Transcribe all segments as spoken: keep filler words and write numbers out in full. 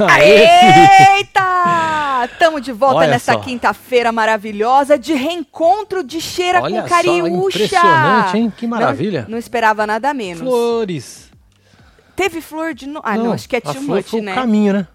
Eita! Tamo de volta Olha nessa só. quinta-feira maravilhosa de reencontro de Cheira Olha com só, Cariúcha. impressionante, hein? Que maravilha. Não, não esperava nada menos. Flores. Teve flor de novo. Ah, não, acho que é a too flor much, foi né? o caminho, né?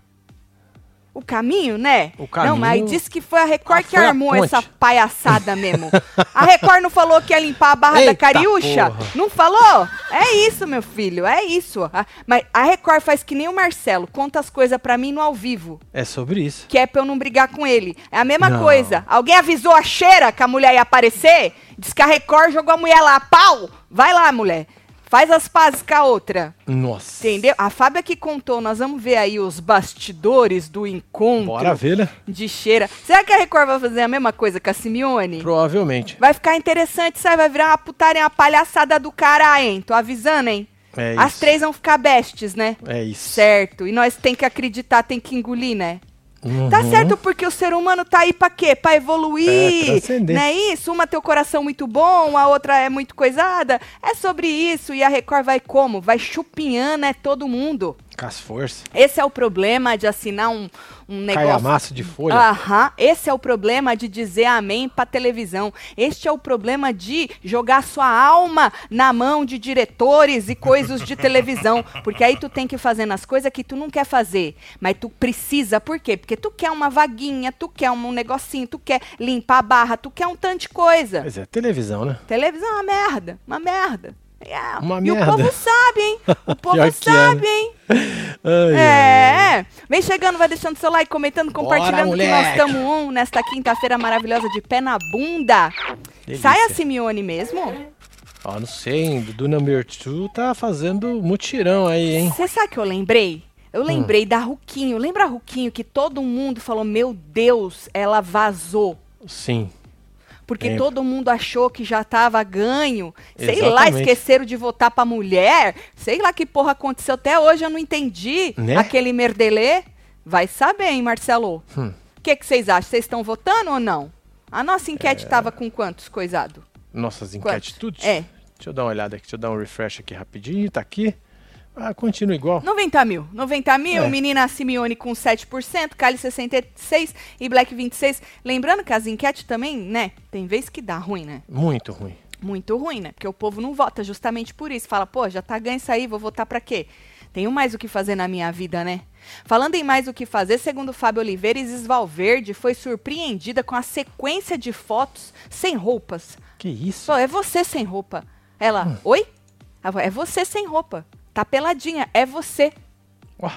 O caminho, né? O caminho- Não, mas disse que foi a Record Ah, que foi a armou ponte. essa palhaçada mesmo. A Record não falou que ia limpar a barra da Eita Cariúcha? porra. Não falou? É isso, meu filho, é isso. A- mas a Record faz que nem o Marcelo, conta as coisas pra mim no ao vivo. É sobre isso. Que é pra eu não brigar com ele. É a mesma Não. coisa. Alguém avisou a Cheira que a mulher ia aparecer? Diz que a Record jogou a mulher lá. Pau! Vai lá, mulher. Faz as pazes com a outra. Nossa. Entendeu? A Fábia que contou, nós vamos ver aí os bastidores do encontro Bora ver, né? de Cheira. Será que a Record vai fazer a mesma coisa com a Simeone? Provavelmente. Vai ficar interessante, sabe? Vai virar uma putaria, uma palhaçada do caralho, hein? Tô avisando, hein? É As isso. três vão ficar bestes, né? É isso. Certo. E nós tem que acreditar, tem que engolir, né? Uhum. Tá certo, porque o ser humano tá aí pra quê? Pra evoluir, É, transcender. não é isso? Uma tem o coração muito bom, a outra é muito coisada. É sobre isso, e a Record vai como? Vai chupinhando, é todo mundo. Com as forças. Esse é o problema de assinar um, um Cai negócio... a massa de folha. Aham, esse é o problema de dizer amém pra televisão. Este é o problema de jogar sua alma na mão de diretores e coisas de televisão. Porque aí tu tem que ir fazendo as coisas que tu não quer fazer. Mas tu precisa, por quê? Porque tu quer uma vaguinha, tu quer um negocinho, tu quer limpar a barra, tu quer um tanto de coisa. Pois é, televisão, né? Televisão é uma merda, uma merda. É. Uma e merda. o povo sabe, hein? O povo Pior que é, sabe, né? hein? Ai, ai. É, vem chegando, vai deixando seu like, comentando, Bora, compartilhando que nós moleque. estamos um nesta quinta-feira maravilhosa de pé na bunda. Delícia. Sai a Simeone mesmo? Ó, não sei, hein? Do Number Two tá fazendo mutirão aí, hein? Você sabe que eu lembrei? Eu lembrei da Ruquinho. Lembra a Ruquinho que todo mundo falou, meu Deus, ela vazou. Sim. Porque Lembro. todo mundo achou que já tava ganho. Sei lá, Exatamente. esqueceram de votar pra mulher. Sei lá que porra aconteceu. Até hoje eu não entendi. Né? Aquele merdelê. Vai saber, hein, Marcelo? O Hum. que que vocês acham? Vocês estão votando ou não? A nossa enquete tava com quantos, coisado? Nossas Quantos? enquetes, É. Deixa eu dar uma olhada aqui, deixa eu dar um refresh aqui rapidinho, tá aqui. Ah, continua igual. noventa mil. noventa mil, É. menina Simeone com sete por cento, Kali sessenta e seis por cento e Black vinte e seis por cento. Lembrando que as enquetes também, né, tem vez que dá ruim, né? Muito ruim. Muito ruim, né? Porque o povo não vota justamente por isso. Fala, pô, já tá ganho isso aí, vou votar pra quê? Tenho mais o que fazer na minha vida, né? Falando em mais o que fazer, segundo Fábio Oliveira, Isis Valverde foi surpreendida com a sequência de fotos sem roupas. Que isso? Pô, é você sem roupa. Ela, oi? Ela falou, é você sem roupa. Tá peladinha, é você. Ó,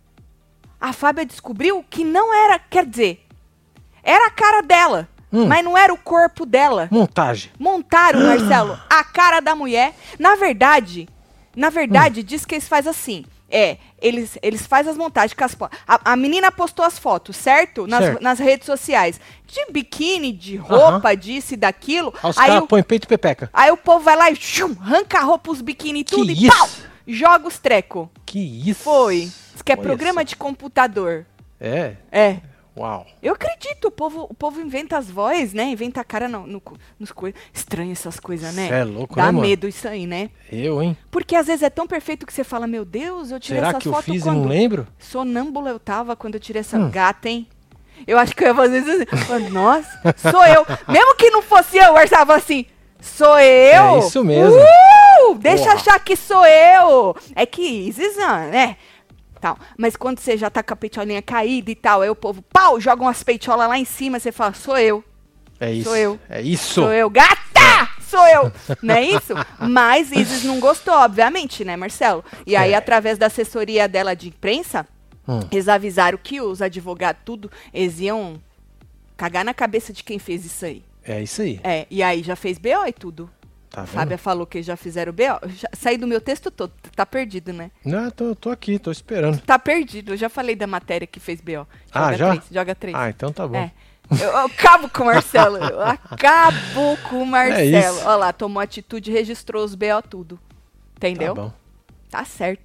A Fábia descobriu que não era, quer dizer, era a cara dela, Hum. mas não era o corpo dela. montagem. Montaram, Marcelo, a cara da mulher. Na verdade, na verdade, diz que eles fazem assim. É, eles, eles fazem as montagens com as fotos. A, a menina postou as fotos, certo? Nas, Certo. nas redes sociais. De biquíni, de roupa, disso e daquilo. Aí os Aí, caras o, põem peito e pepeca. aí o povo vai lá e chum, arranca a roupa, os biquíni e Que tudo e isso? pau! Joga os treco. Que isso? Foi. Diz que é Olha programa só. de computador. É? É. Uau. Eu acredito, o povo, o povo inventa as vozes, né? Inventa a cara no, no, nos coisas. Estranho essas coisas, né? Cê é louco, Dá né, mano? medo isso aí, né? Eu, hein? Porque às vezes é tão perfeito que você fala, meu Deus, eu tirei Será essas que eu fotos fiz e quando... não lembro? Sonâmbula eu tava quando eu tirei essa Hum. gata, hein? Eu acho que eu ia fazer isso assim. Falei, nossa, sou eu. Mesmo que não fosse eu, eu estava assim, sou eu? É isso mesmo. Uh, deixa Boa. achar que sou eu. É que Isis, né? Tal. Mas quando você já tá com a peitolinha caída e tal, aí o povo, pau, joga umas peitolas lá em cima, você fala, sou eu, É isso. Sou eu. É isso. sou eu, gata! Sou eu! Não é isso? Mas Isis não gostou, obviamente, né, Marcelo? E aí, É. através da assessoria dela de imprensa, Hum. eles avisaram que os advogados, tudo, eles iam cagar na cabeça de quem fez isso aí. É isso aí. É, e aí já fez B O e tudo. Tá A vendo? Fábia falou que já fizeram B O. Já, saí do meu texto todo, tá perdido, né? Não, tô, tô aqui, tô esperando. Tá perdido, eu já falei da matéria que fez B O. Ah, Joga já? três, joga três. Ah, então tá bom. É. Eu, eu acabo com o Marcelo. Eu acabo com o Marcelo. É isso. Olha lá, tomou atitude, registrou os B O tudo. Entendeu? Tá bom. Tá certo.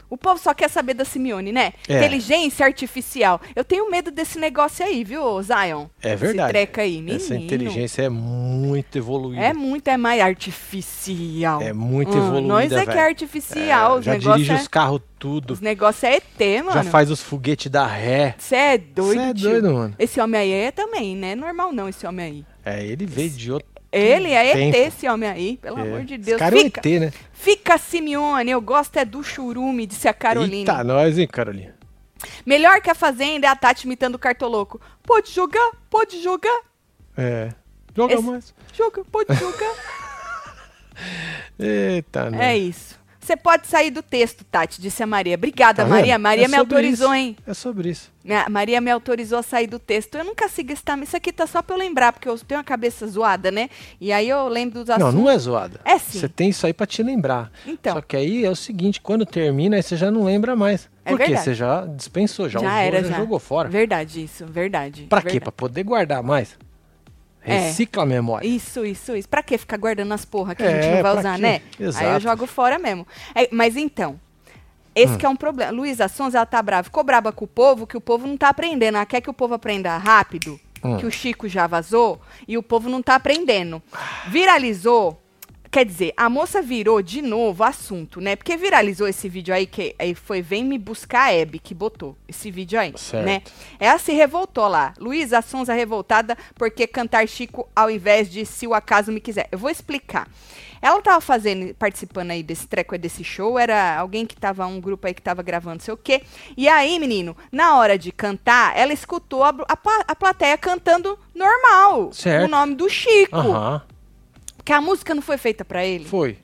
O povo só quer saber da Simeone, né? É. Inteligência artificial. Eu tenho medo desse negócio aí, viu, Zion? É verdade. Esse treca aí, menino. Essa inteligência é muito evoluída. É muito, é mais artificial. É muito Hum, evoluída, Nós é velho. que é artificial. É, os já negócios dirige é, os carros tudo. os negócios é E T, mano. Já faz os foguetes da ré. Você é doido, Cê é tio. doido, mano. Esse homem aí é também, né? Normal não, esse homem aí. É, ele veio de outro Ele é tempo. E T, esse homem aí, pelo É. amor de Esse Deus. cara é um E Fica, T, né? fica Simeone, eu gosto é do churume, disse a Carolina. Eita, nós, hein, Carolina? Melhor que a Fazenda é a Tati imitando o Cartoloco. Pode jogar, pode jogar, É. Joga Esse- mais. joga, pode jogar. Eita, nós. É isso. Você pode sair do texto, Tati, disse a Maria. Obrigada, Tá Maria. vendo? Maria É me sobre autorizou, isso. hein? É sobre isso. Minha- Maria me autorizou a sair do texto. Eu nunca sigo esse time. Isso aqui tá só pra eu lembrar, porque eu tenho uma cabeça zoada, né? E aí eu lembro dos Não, assuntos. não é zoada. É sim. Você tem isso aí pra te lembrar. Então. Só que aí é o seguinte, quando termina, aí você já não lembra mais. É Por quê? verdade. Você já dispensou, já, Já usou, era, já, já. jogou fora. Verdade, isso. Verdade. Pra quê? verdade. Pra poder guardar mais. É. Recicla a memória. Isso, isso, isso. Pra que ficar guardando as porra que a É, gente não vai pra usar, quê? né? Exato. Aí eu jogo fora mesmo. É, mas então, esse Hum. que é um problema. Luísa Sonza, ela tá brava. Ficou brava com o povo, que o povo não tá aprendendo. Ela quer que o povo aprenda rápido, Hum. que o Chico já vazou, e o povo não tá aprendendo. Viralizou. Quer dizer, a moça virou de novo assunto, né? Porque viralizou esse vídeo aí, que aí foi Vem Me Buscar a Hebe, que botou esse vídeo aí, Certo. né? Ela se revoltou lá. Luísa Sonza revoltada porque cantar Chico ao invés de Se o Acaso Me Quiser. Eu vou explicar. Ela tava fazendo, participando aí desse treco aí, desse show, era alguém que tava, um grupo aí que tava gravando sei o quê. E aí, menino, na hora de cantar, ela escutou a, a, pla- a plateia cantando normal. Certo. O nome do Chico. Aham, Porque a música não foi feita pra ele. foi.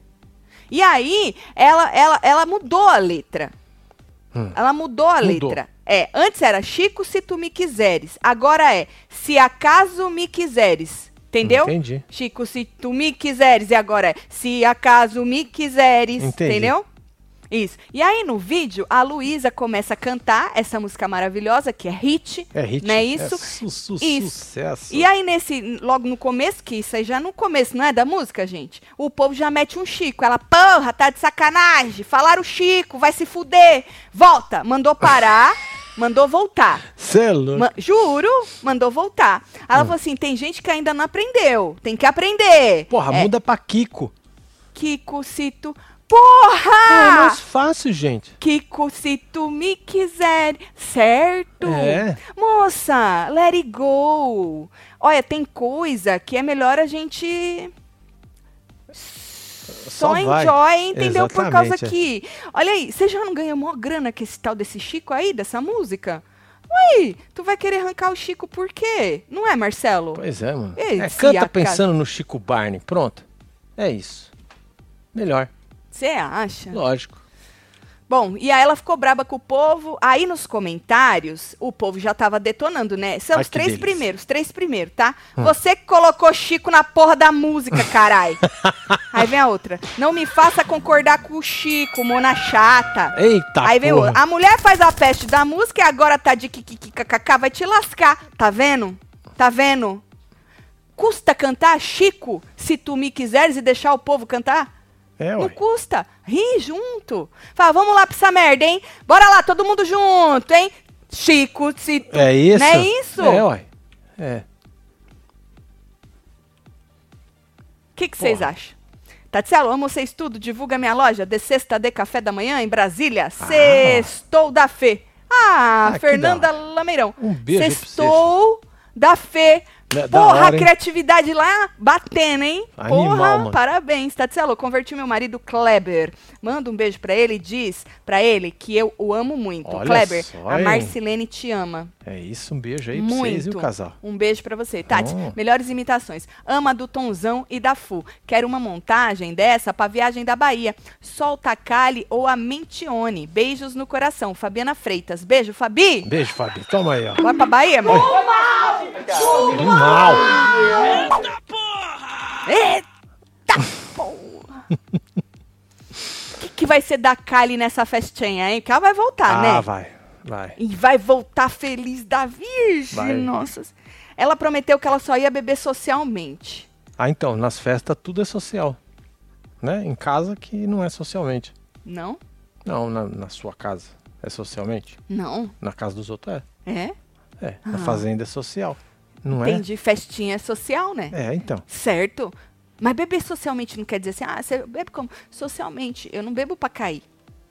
E aí, ela, ela, ela mudou a letra. Hum. Ela mudou a Mudou. letra. É, antes era Chico, se tu me quiseres. Agora é Se acaso me quiseres. Entendeu? Entendi. Chico, se tu me quiseres. E agora é Se acaso me quiseres. Entendi. Entendeu? Isso. E aí, no vídeo, a Luísa começa a cantar essa música maravilhosa, que é hit. É hit. Não é isso? É su su Isso. sucesso. E aí, nesse, logo no começo, que isso aí já no começo, não é da música, gente? O povo já mete um Chico. Ela, porra, tá de sacanagem. Falaram Chico, vai se fuder. Volta. Mandou parar, mandou voltar. Cê é louco. Ma- juro, mandou voltar. Aí ela falou assim: tem gente que ainda não aprendeu. Tem que aprender. Porra, É, muda pra Kiko. Kiko, se tu. É Porra! mais fácil, gente. Kiko, se tu me quiser, certo? É. Moça, let it go. Olha, tem coisa que é melhor a gente só, Só vai. enjoy, entendeu? Por causa Exatamente, é. que... Olha aí, você já não ganhou maior grana com esse tal desse Chico aí, dessa música? Ui, tu vai querer arrancar o Chico por quê? Não é, Marcelo? Pois é, mano. Ei, É, se canta acaso- pensando no Chico Barney. Pronto. É isso. Melhor. Você acha? Lógico. Bom, e aí ela ficou braba com o povo. Aí nos comentários, o povo já tava detonando, né? São Ai, os que três delícia. primeiros, três primeiros, tá? Você que colocou Chico na porra da música, carai. Aí vem a outra. Não me faça concordar com o Chico, mona chata. Eita, Aí vem porra. outra. A mulher faz a peste da música e agora tá de kikikikakk, vai te lascar. Tá vendo? Tá vendo? Custa cantar Chico, se tu me quiseres e deixar o povo cantar? É, Não ué. custa. Ri junto. Fala, vamos lá pra essa merda, hein? Bora lá, todo mundo junto, hein? Chico, se tu... É isso? Não é isso? É, ué. É. O que que vocês Porra. acham? Tatielo, amo vocês tudo. Divulga minha loja de sexta de café da manhã em Brasília. Sextou da Fê. Ah, Ah, que Fernanda da Lameirão. Um beijo aí pra Sextou da Fê. Da- da Porra, hora, a hein? criatividade lá batendo, hein? Animal, Porra, mano. parabéns. Tatielo, converti meu marido Kleber. Manda um beijo pra ele e diz pra ele que eu o amo muito. Olha Kleber, só, a hein? Marcilene te ama. É isso, um beijo aí pra vocês, Muito. viu, casal? Um beijo pra você. Tati, Oh. melhores imitações. Ama do Tonzão e da Fu. Quero uma montagem dessa pra viagem da Bahia. Solta a Cali ou a Mentione. Beijos no coração. Fabiana Freitas. Beijo, Fabi. Beijo, Fabi. Toma aí, ó. Bora pra Bahia, amor? Animal. Eita porra! O que, que vai ser da Kali nessa festinha, hein? Que ela vai voltar, Ah, né? vai. Vai. E vai voltar feliz da Virgem, Vai. nossa. Ela prometeu que ela só ia beber socialmente. Ah, então, nas festas tudo é social. Né? Em casa que não é socialmente. Não? Não, na, na sua casa. É socialmente? Não. Na casa dos outros é. É? É, Ah. na fazenda é social. Não Entendi. Festinha é social, né? é? É, então. Certo. Mas beber socialmente não quer dizer assim, ah, você bebe como? Socialmente. Eu não bebo pra cair.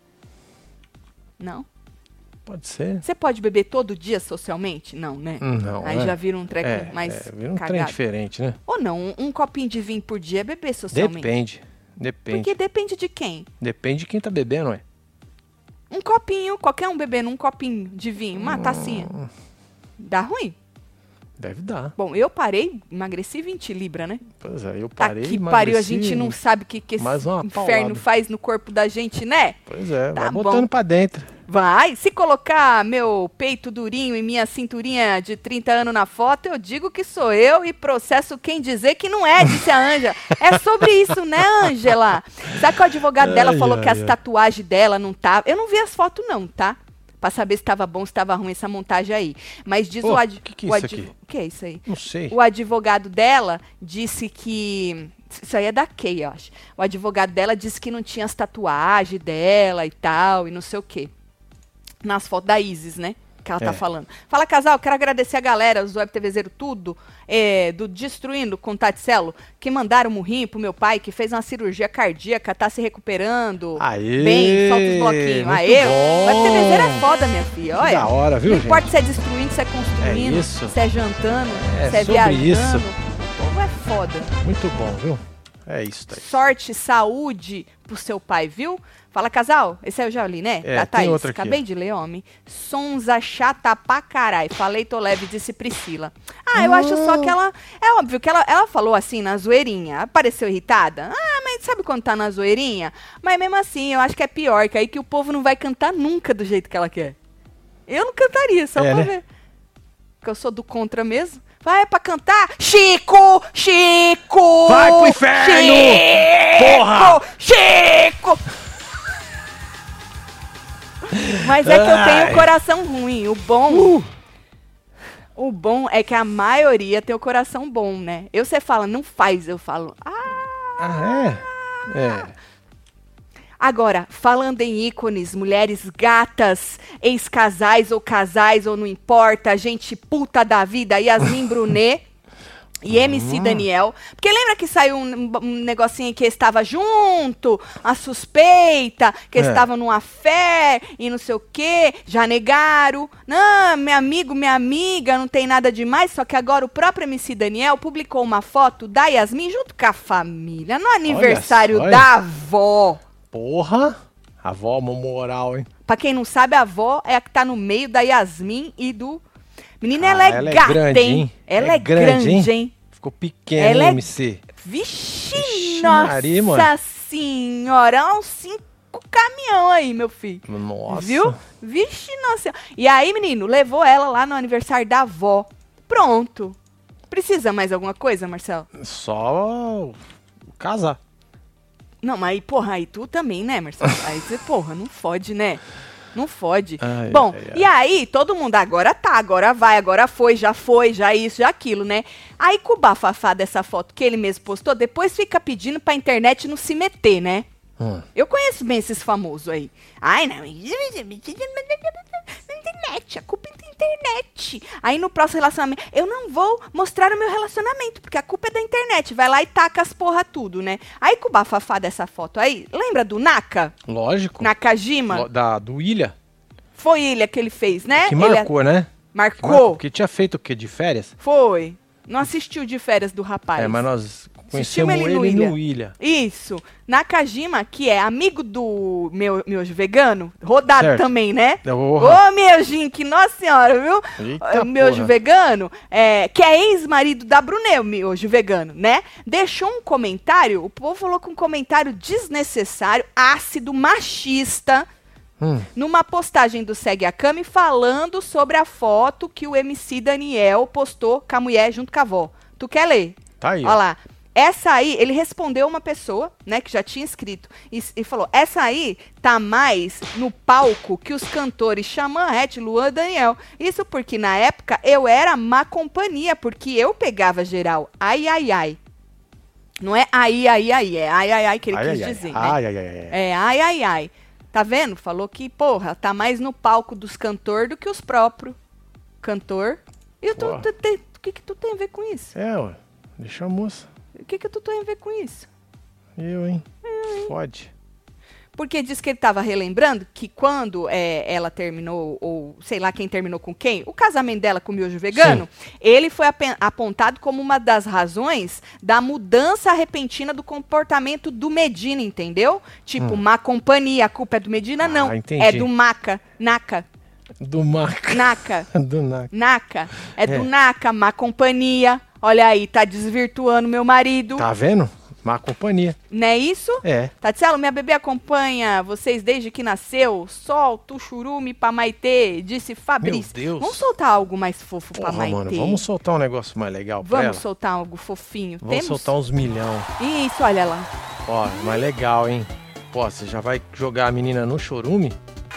Não? Pode ser. Você pode beber todo dia socialmente? Não, né? Não, Aí é. já vira um treco É, mais é, vira um cagado. trem diferente, né? Ou não, um, um copinho de vinho por dia é beber socialmente. Depende. Depende. Porque depende de quem. Depende de quem tá bebendo, ué. Um copinho, qualquer um bebendo um copinho de vinho, uma tacinha. Dá ruim. Deve dar. Bom, eu parei, emagreci vinte libras, né? Pois é, eu Tá parei, que emagreci, pariu, a gente não sabe o que, que esse mais uma inferno paulada. faz no corpo da gente, né? Pois é, Tá vai bom. botando pra dentro. Vai, se colocar meu peito durinho e minha cinturinha de trinta anos na foto, eu digo que sou eu e processo quem dizer que não é, disse a Ângela. É sobre isso, né, Ângela? Sabe que o advogado dela Ai, falou ai, que as ai. tatuagens dela não tava... Eu não vi as fotos não, tá? Pra saber se tava bom, se tava ruim essa montagem aí. Mas diz Ô, o advogado... que que é isso aqui? O que é isso aí? Não sei. O advogado dela disse que... Isso aí é da Kay, eu acho. O advogado dela disse que não tinha as tatuagens dela e tal, e não sei o quê. Nas fotos da Isis, né? Que ela tá É. falando. Fala, casal, quero agradecer a galera, os Web T V Zero tudo, é, do Destruindo com Taticelo, que mandaram um murrinho pro meu pai, que fez uma cirurgia cardíaca, tá se recuperando. Aê! Bem, solta os bloquinhos. Muito Aê, bom! o Web T V Zero é foda, minha filha. Que Olha. da hora, viu, Não gente? importa se é destruindo, se é construindo, É isso. se é jantando, É se é sobre viajando. isso. O povo é foda. Muito bom, viu? É isso daí. Sorte, saúde pro seu pai, viu? Fala, casal. Esse aí eu já li, né? É, da tem Thaís. outra aqui, Acabei ó. de ler, homem. Sonza chata pra caralho. Falei, tô leve, disse Priscila. Ah, eu acho só que ela... É óbvio que ela, ela falou assim, na zoeirinha. Pareceu irritada. Ah, mas sabe quando tá na zoeirinha? Mas mesmo assim, eu acho que é pior. Que aí que o povo não vai cantar nunca do jeito que ela quer. Eu não cantaria, só É, pra né? ver. Porque eu sou do contra mesmo. Vai pra cantar? Chico! Chico! Vai pro inferno! Chico! Porra! Chico! Mas é que eu tenho Ai. o coração ruim. O bom... Uh! O bom é que a maioria tem o coração bom, né? Eu, você fala, não faz. Eu falo, ah... Ah, é? É. Agora, falando em ícones, mulheres gatas, ex-casais ou casais, ou não importa, gente puta da vida, Yasmin Brunet e M C Daniel. Porque lembra que saiu um, um negocinho que estava junto, a suspeita, que É. estavam numa fé e não sei o quê, já negaram. Não, meu amigo, minha amiga, não tem nada demais, só que agora o próprio M C Daniel publicou uma foto da Yasmin junto com a família, no aniversário só, hein? da avó. Porra! A avó, uma moral, hein? Pra quem não sabe, a avó é a que tá no meio da Yasmin e do... Menina, Ah, ela é ela é gata, grande, hein? hein? Ela É é, grande, grande, hein? Ficou pequeno, Ela hein, é- M C? Vixe, Vixe, nossa Maria, mano. senhora. É uns cinco caminhão aí, meu filho. Nossa. Viu? Vixe, nossa. E aí, menino, levou ela lá no aniversário da avó. Pronto. Precisa mais alguma coisa, Marcelo? Só casar. Não, mas aí, porra, aí tu também, né, Marcelo? Aí você, porra, não fode, né? Não fode. Ai, Bom, ai, ai. e aí, todo mundo agora tá, agora vai, agora foi, já foi, já isso, já aquilo, né? Aí, com o bafafá dessa foto que ele mesmo postou, depois fica pedindo pra internet não se meter, né? Hum. Eu conheço bem esses famosos aí. Ai, não. Internet, a culpa é da internet. Aí no próximo relacionamento, eu não vou mostrar o meu relacionamento, porque a culpa é da internet. Vai lá e taca as porra tudo, né? Aí com o bafafá dessa foto aí, lembra do Naka? Lógico. Nakajima? Lo- Da, do Ilha, Foi ele que ele fez, né? que Ele é- marcou, né? Que Marcou? marcou, porque tinha feito o quê? De férias? Foi. Não assistiu de férias do rapaz. É, mas nós Assistimos conhecemos ele ele, no Ilha. no Ilha. Isso. Nakajima, que é amigo do meu miojo vegano, rodado Certo. também, né? Porra. Ô, miojinho, que nossa senhora, viu? Eita O miojo porra. vegano, é, que é ex-marido da Brunet, o miojo vegano, né? Deixou um comentário, o povo falou com um comentário desnecessário, ácido, machista, Hum. numa postagem do Segue a Cami falando sobre a foto que o M C Daniel postou com a mulher junto com a avó. Tu quer ler? Tá aí, Olha ó. lá. Essa aí, ele respondeu uma pessoa, né, que já tinha escrito, e, e falou, essa aí tá mais no palco que os cantores Xamã, Rett, Luan e Daniel. Isso porque na época eu era má companhia, porque eu pegava geral. Ai, ai, ai. Não é aí, aí, aí, é ai, ai, ai que ele Ai, quis ai, ai. dizer, né? Ai, ai, ai, ai. É ai, ai, ai. Tá vendo? Falou que, porra, tá mais no palco dos cantores do que os próprios cantor. E tu, tu, tu, o que que tu tem a ver com isso? É, ué. Deixa a moça. O que que tu tem a ver com isso? Eu, hein? Eu, hein? Fode. Porque diz que ele tava relembrando que quando é, ela terminou, ou sei lá quem terminou com quem, o casamento dela com o miojo vegano, sim, ele foi ap apontado como uma das razões da mudança repentina do comportamento do Medina, entendeu? Tipo, hum. má companhia, a culpa é do Medina? Ah, não, entendi. É do Maca, Naka. Do Maca. Naka. do Naka. Naka. É, é do Naka, má companhia. Olha aí, tá desvirtuando meu marido. Tá vendo? Má companhia. Não é isso? É. Tatielo, minha bebê acompanha vocês desde que nasceu. Solta o churume pra Maitê, disse Fabrício. Meu Deus. Vamos soltar algo mais fofo Porra, pra Maitê. Mano, vamos soltar um negócio mais legal pra Vamos ela? soltar algo fofinho. Vamos Temos? soltar uns milhão. Isso, olha lá. Ó, mais legal, hein? Pô, você já vai jogar a menina no chorume?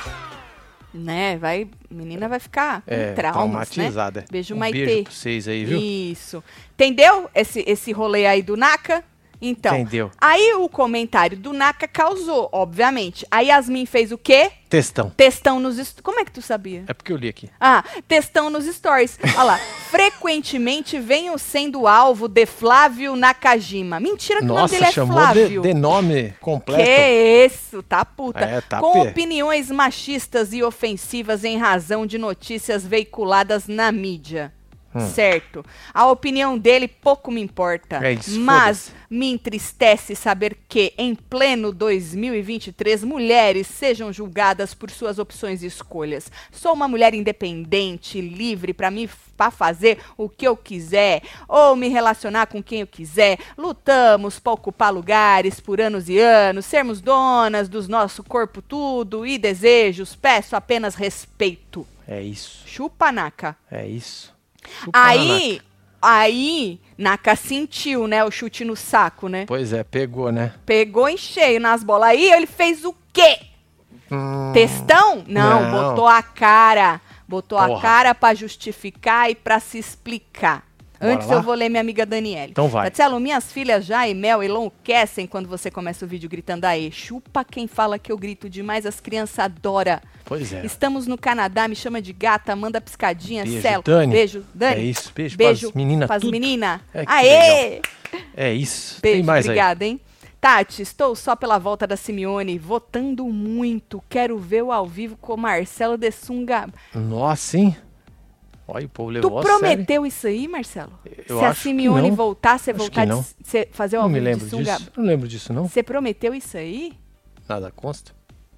Né, vai, a menina vai ficar é, com traumas, traumatizada. Né? Beijo, um Maitê. Beijo pra vocês aí, viu? Isso. Entendeu esse, esse rolê aí do Naka? Então, entendeu. Aí o comentário do Naka causou, obviamente. A Yasmin fez o quê? Textão. Textão nos... Como é que tu sabia? É porque eu li aqui. Ah, textão nos stories. Olha lá. Frequentemente venho sendo alvo de Flávio Nakajima. Mentira que Nossa, o nome dele é chamou Flávio. De, de nome completo. Que isso, tá puta. É, tá Com pé. opiniões machistas e ofensivas em razão de notícias veiculadas na mídia. Hum. Certo. A opinião dele pouco me importa. É isso, mas me entristece saber que, em pleno dois mil e vinte e três, mulheres sejam julgadas por suas opções e escolhas. Sou uma mulher independente, livre para mim para fazer o que eu quiser ou me relacionar com quem eu quiser. Lutamos para ocupar lugares por anos e anos, sermos donas do nosso corpo tudo e desejos. Peço apenas respeito. É isso. Chupa, Naka. É isso. Chupa aí, aí, Naka sentiu, né, o chute no saco, né? Pois é, pegou, né? Pegou em cheio nas bolas. Aí ele fez o quê? Hum, Textão? Não, não, botou a cara. Botou Porra. a cara pra justificar e pra se explicar. Bora Antes lá? eu vou ler minha amiga Daniele. Então vai. Tatielo, minhas filhas já e Mel enlouquecem quando você começa o vídeo gritando aí. Chupa quem fala que eu grito demais, as crianças adoram. Pois é. Estamos no Canadá, me chama de gata, manda piscadinha, Beijo, Celo. Dani. Beijo, Dani. É isso, beijo, Beijo pras meninas pras tudo. meninas. É, que Aê! legal. É isso. Beijo, Tem mais obrigada, aí. hein? Tati, estou só pela volta da Simeone, votando muito. Quero ver o ao vivo com o Marcelo de Sunga. Nossa, hein? Olha, o povo levou Tu a sério. prometeu isso aí, Marcelo? Eu Se a acho que Simeone não. voltar, você Acho voltar que não. de cê fazer o Não ao me vivo lembro de Sunga. disso. Não lembro disso, não. Você prometeu isso aí? Nada consta.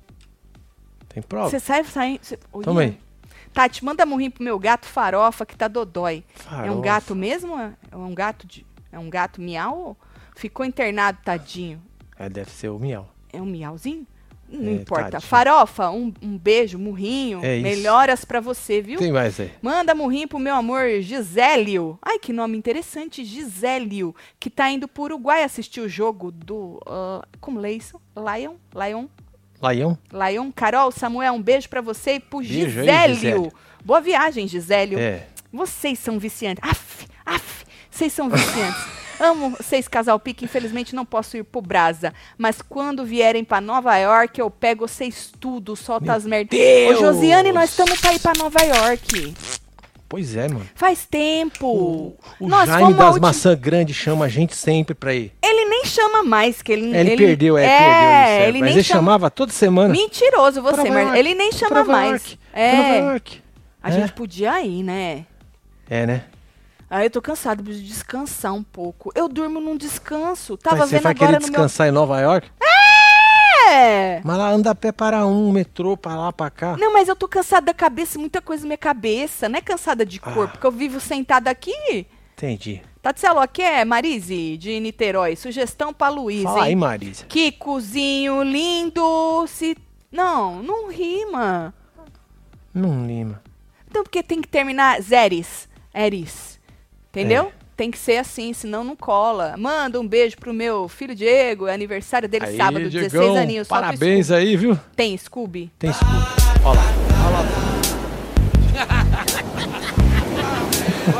Tem prova? Você sai saindo. Cê... Toma aí. Tati, manda murrinho pro meu gato Farofa que tá dodói. Farofa. É um gato mesmo? É um gato de. É um gato miau? Ficou internado, tadinho. É, deve ser o miau. É um miauzinho? Não É, importa. tadinho. Farofa, um, um beijo, murrinho. É isso. Melhoras pra você, viu? Tem mais aí. Manda murrinho pro meu amor Gisélio. Ai, que nome interessante, Gisélio. Que tá indo pro Uruguai assistir o jogo do... Uh, como lê isso? Lion? Lion? Laião? Lion? Carol, Samuel, um beijo pra você e pro Beijo aí, Gisélio. Gisélio. Boa viagem, Gisélio. É. Vocês são viciantes. Af, af, vocês são viciantes. Amo vocês, Casal Pique. Infelizmente não posso ir pro Brasa. Mas quando vierem pra Nova York, eu pego vocês tudo. Solta Meu as merdas. Deus! Ô, Josiane, nós estamos pra ir pra Nova York. Pois é, mano. Faz tempo. O, o Nós Jaime fomos a das última- Maçã Grandes chama a gente sempre pra ir. Ele nem chama mais. Que ele, Ele, perdeu, é, perdeu isso. É. Ele Mas nem ele chama... chamava toda semana. Mentiroso você, Nova mas York, ele nem chama Nova mais. York, É, Nova York. a É. gente podia ir, né? É, né? Ah, eu tô cansado, preciso descansar um pouco. Eu durmo num descanso. Tava Mas você vendo vai agora querer no descansar em Nova York? meu... É! Mas lá anda a pé para um, metrô pra lá, pra cá. Não, mas eu tô cansada da cabeça, muita coisa na minha cabeça. Não é cansada de corpo, Ah. porque eu vivo sentada aqui. Entendi. Tatielo, aqui é Marise, de Niterói. Sugestão pra Luiz, Fala aí, hein? Marisa. Que cozinho lindo. Se... Não, não rima. Não lima. Então, porque tem que terminar Zeres. Eris. Entendeu? É. Tem que ser assim, senão não cola. Manda um beijo pro meu filho Diego. É aniversário dele Aí, sábado, Diegão, dezesseis aninhos. Solta o parabéns Scooby. aí, viu? Tem Scooby? Tem escudo. Olha lá. Olha lá.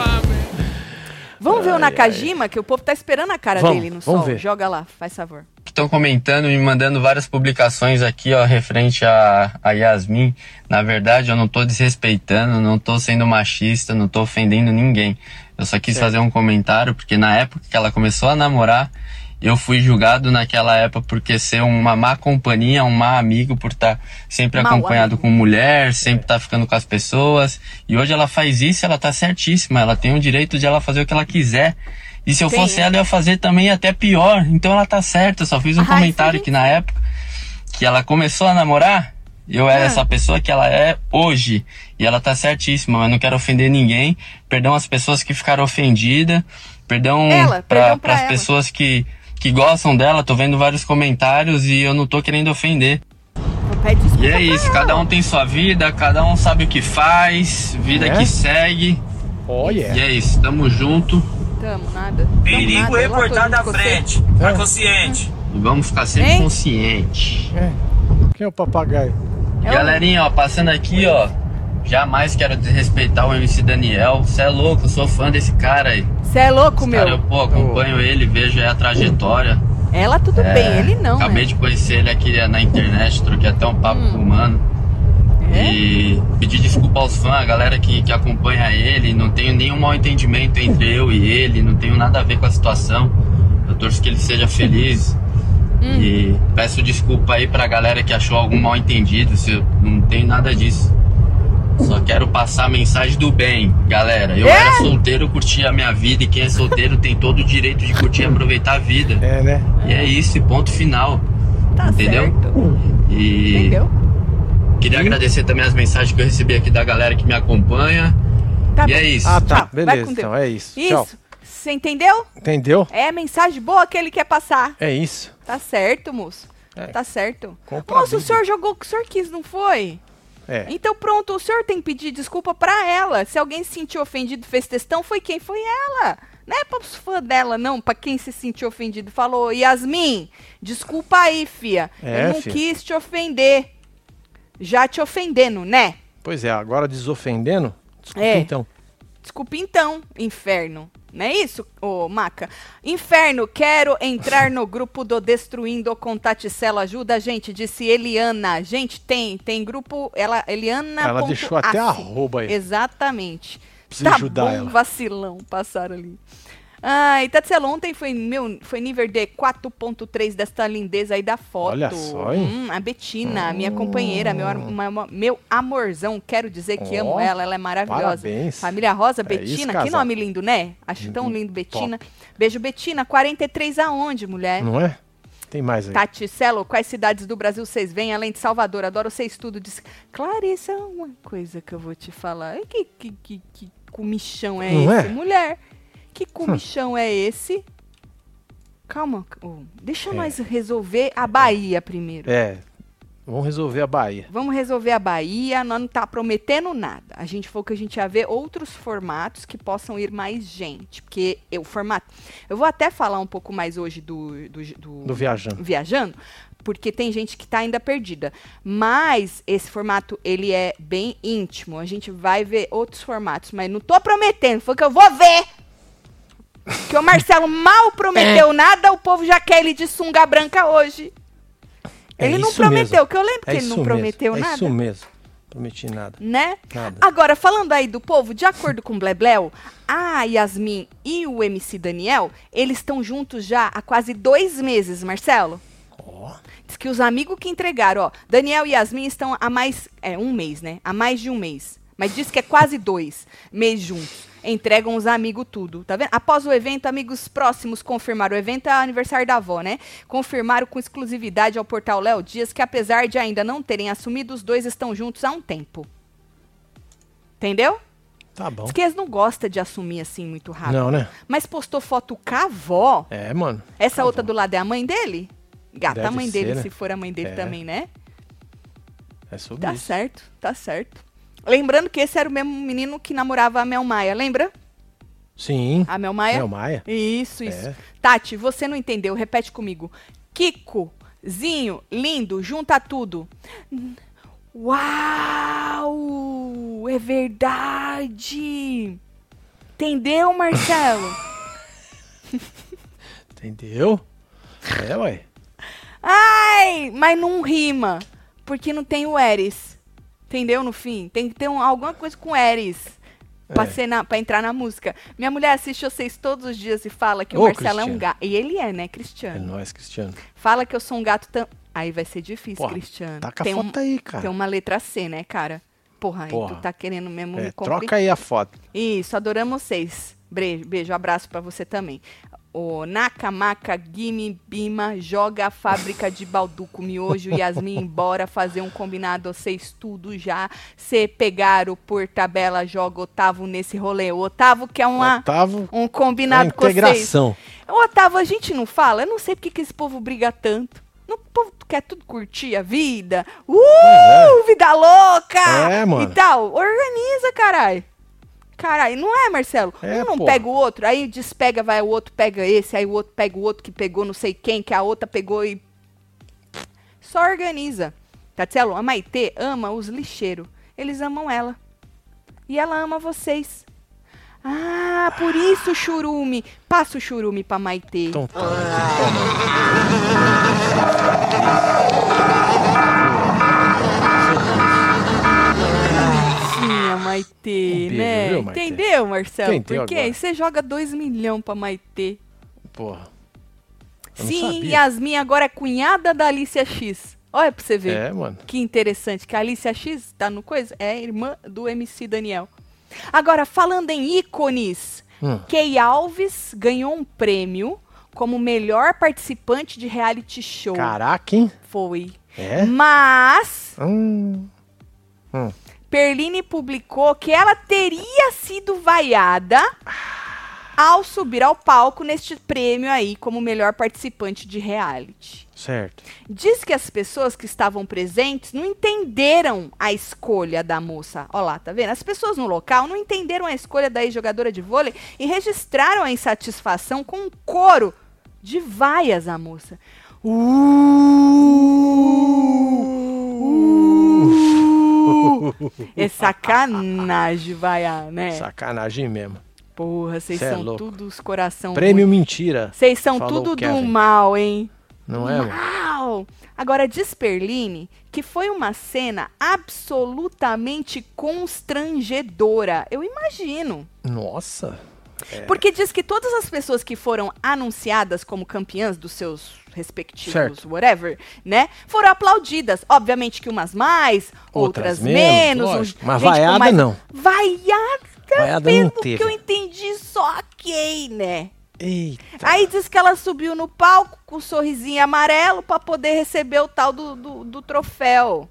Vamos ver o Ai, Nakajima, que o povo tá esperando a cara Vamos, dele no vamos sol. ver. Joga lá, faz favor. estão comentando, me mandando várias publicações aqui, ó, referente a, a Yasmin. Na verdade, eu não tô desrespeitando, não tô sendo machista, não tô ofendendo ninguém. Eu só quis certo. fazer um comentário, porque na época que ela começou a namorar, eu fui julgado naquela época porque ser uma má companhia, um má amigo, por estar sempre Mal acompanhado amigo. com mulher, sempre estar é. tá ficando com as pessoas. E hoje ela faz isso, ela tá certíssima, ela tem o direito de ela fazer o que ela quiser. E se eu Sim, fosse é. ela, eu ia fazer também até pior. Então ela tá certa, eu só fiz um Ai, comentário sim. que na época que ela começou a namorar, eu era ah. essa pessoa que ela é hoje. E ela tá certíssima, mas não quero ofender ninguém. Perdão às pessoas que ficaram ofendidas. Perdão para as pessoas que... que gostam dela, tô vendo vários comentários e eu não tô querendo ofender. E é isso, cada um tem sua vida, cada um sabe o que faz, vida é? que segue. Oh, yeah. E é isso, tamo junto. Tamo, nada. Perigo reportar da frente, tá é. consciente. E vamos ficar sempre hein? conscientes. É. Quem é o papagaio? É Galerinha, ó, passando aqui, ó. Jamais quero desrespeitar o M C Daniel. Você é louco, eu sou fã desse cara aí. Você é louco, Esse meu? Cara, eu, pô, acompanho oh. ele, vejo aí a trajetória. Ela tudo é, bem, ele não, Acabei né? de conhecer ele aqui na internet, troquei até um papo hum. com o mano. É? E pedir desculpa aos fãs, a galera que, que acompanha ele. Não tenho nenhum mal entendimento entre eu e ele, não tenho nada a ver com a situação. Eu torço que ele seja feliz. Hum. E peço desculpa aí pra galera que achou algum mal entendido, se eu não tenho nada disso. Só quero passar a mensagem do bem, galera. Eu é? era solteiro, curtia a minha vida. E quem é solteiro tem todo o direito de curtir e aproveitar a vida. É, né? E é isso, ponto final. Tá Entendeu? Certo. E Entendeu? Queria Sim. agradecer também as mensagens que eu recebi aqui da galera que me acompanha. Tá e bom. é isso. Ah, tá. Tchau. Beleza, então é isso. Isso. Tchau. Você entendeu? Entendeu? É a mensagem boa que ele quer passar. É isso. Tá certo, moço. É. Tá certo. Compra Moço, o senhor jogou o que o senhor quis, não foi? É. Então pronto, o senhor tem que pedir desculpa pra ela. Se alguém se sentiu ofendido, fez textão, foi quem? Foi ela. Não é pros fãs dela, não. Pra quem se sentiu ofendido. Falou, Yasmin, desculpa aí, fia. É, eu não fia. quis te ofender. Já te ofendendo, né? Pois é, agora desofendendo? Desculpa é. então. Desculpa então, inferno. Não é isso, ô Maca? Inferno, quero entrar no grupo do Destruindo com Taticelo. Ajuda a gente, disse Eliana. Gente, tem, tem grupo, ela, Eliana. Ela deixou até a arroba aí. Exatamente. Precisa tá ajudar bom, ela. Vacilão, passaram ali. Ai, Taticelo, ontem foi meu, foi nível de quatro ponto três desta lindeza aí da foto. Olha só, hein? Hum, a Betina, hum. minha companheira, meu, uma, meu amorzão, quero dizer que oh, amo ela, ela é maravilhosa. Parabéns. Família Rosa, é Betina, isso, que nome lindo, né? Acho tão lindo, Betina. Top. Beijo, Betina, quarenta e três aonde, mulher? Não é? Tem mais aí. Taticelo, quais cidades do Brasil vocês vêm, além de Salvador? Adoro ser estudo. Diz... Clarissa, uma coisa que eu vou te falar. Que, que, que, que comichão é Não esse, é? mulher? Que comichão hum. é esse? Calma, oh, deixa é. nós resolver a Bahia primeiro. É, vamos resolver a Bahia. Vamos resolver a Bahia, nós não tá prometendo nada. A gente falou que a gente ia ver outros formatos que possam ir mais gente. Porque o formato... Eu vou até falar um pouco mais hoje do... Do, do, do Viajando. Viajando, porque tem gente que tá ainda perdida. Mas esse formato, ele é bem íntimo. A gente vai ver outros formatos, mas não tô prometendo, foi que eu vou ver! Que o Marcelo mal prometeu é. nada, o povo já quer ele de sunga branca hoje. É ele não prometeu, mesmo. que eu lembro é que ele não mesmo. prometeu é nada. É isso mesmo, prometi nada. Né? Nada. Agora, falando aí do povo, de acordo com o Blebleu, a Yasmin e o M C Daniel, eles estão juntos já há quase dois meses, Marcelo. Ó. Oh. Diz que os amigos que entregaram, ó, Daniel e Yasmin estão há mais, é um mês, né? Há mais de um mês. Mas diz que é quase dois meses juntos. Entregam os amigos tudo, tá vendo? Após o evento, amigos próximos confirmaram. O evento é aniversário da avó, né? Confirmaram com exclusividade ao portal Léo Dias que, apesar de ainda não terem assumido, os dois estão juntos há um tempo. Entendeu? Tá bom. Diz que eles não gostam de assumir assim muito rápido. Não, né? Mas postou foto com a avó. É, mano. Essa outra do lado é a mãe dele? Gata, Deve a mãe ser, dele, né? se for a mãe dele é. também, né? É sobre tá isso. Tá certo, tá certo. Lembrando que esse era o mesmo menino que namorava a Mel Maia, lembra? Sim. A Mel Maia? Mel Maia. Isso, isso. É. Tati, você não entendeu, repete comigo. Kikozinho, lindo, junta tudo. Uau! É verdade! Entendeu, Marcelo? Entendeu? É, ué. Ai, mas não rima. Porque não tem o Eris. Entendeu? No fim. Tem que ter um, alguma coisa com Eris. Pra, É. ser na, pra entrar na música. Minha mulher assiste vocês todos os dias e fala que Ô, o Marcelo é um Cristiano. gato. E ele é, né, É Cristiano? nóis, Cristiano. Fala que eu sou um gato tam... Aí vai ser difícil, Porra, Cristiano. taca a tem, um, foto aí, cara. tem uma letra C, né, cara? Porra, aí Porra. tu tá querendo mesmo É, me complicar. troca aí a foto. Isso, adoramos vocês. Beijo, beijo, abraço pra você também. O Nakamaka Gimi Bima joga a fábrica de Balduco Miojo e Yasmin embora fazer um combinado, vocês tudo já. Se pegaram por tabela, joga Otávio nesse rolê. O Otávio que é uma, Otávio, um a combinado com vocês. integração. O Otávio, a gente não fala. Eu não sei porque que esse povo briga tanto. O povo quer tudo curtir a vida. Uh, é. vida louca! É, mano. E tal. Organiza, caralho. Caralho, não é, Marcelo? É, um não porra. pega o outro, aí despega, vai o outro, pega esse, aí o outro pega o outro que pegou não sei quem, que a outra pegou e... Só organiza. Tatselo, a Maitê ama os lixeiros. Eles amam ela. E ela ama vocês. Ah, por isso o churume. Passa o churume pra Maitê. Então tá. Tinha Maitê, Um beijo, né? viu, Maitê? Entendeu, Marcelo? Entendeu Porque agora. você joga dois milhões pra Maitê. Porra. Eu não Sim, sabia. Yasmin agora é cunhada da Alicia X. Olha pra você ver. É, mano. Que interessante, que a Alicia X tá no coisa, é irmã do M C Daniel. Agora, falando em ícones, Hum. Key Alves ganhou um prêmio como melhor participante de reality show. Caraca, hein? Foi. É? Mas Hum. Perline publicou que ela teria sido vaiada ao subir ao palco neste prêmio aí como melhor participante de reality. Certo. Diz que as pessoas que estavam presentes não entenderam a escolha da moça. Olha lá, tá vendo? As pessoas no local não entenderam a escolha da ex-jogadora de vôlei e registraram a insatisfação com um coro de vaias à moça. Uh, uh, é sacanagem vaiar, né? Sacanagem mesmo. Porra, vocês Cê é são louco. tudo os coração Prêmio ruim. mentira. Vocês são falou tudo o do Kevin. mal, hein? Não é, mano? Mal! Agora, diz Perline que foi uma cena absolutamente constrangedora. Eu imagino. Nossa. Porque diz que todas as pessoas que foram anunciadas como campeãs dos seus respectivos Certo. whatever, né, foram aplaudidas. Obviamente que umas mais, outras, Outras menos. menos, uns- lógico. Mas gente com vaiada mais- não. Vaiada, Vaiada pelo não que teve. eu entendi, só ok, né? Eita. Aí diz que ela subiu no palco com um sorrisinho amarelo pra poder receber o tal do, do, do troféu.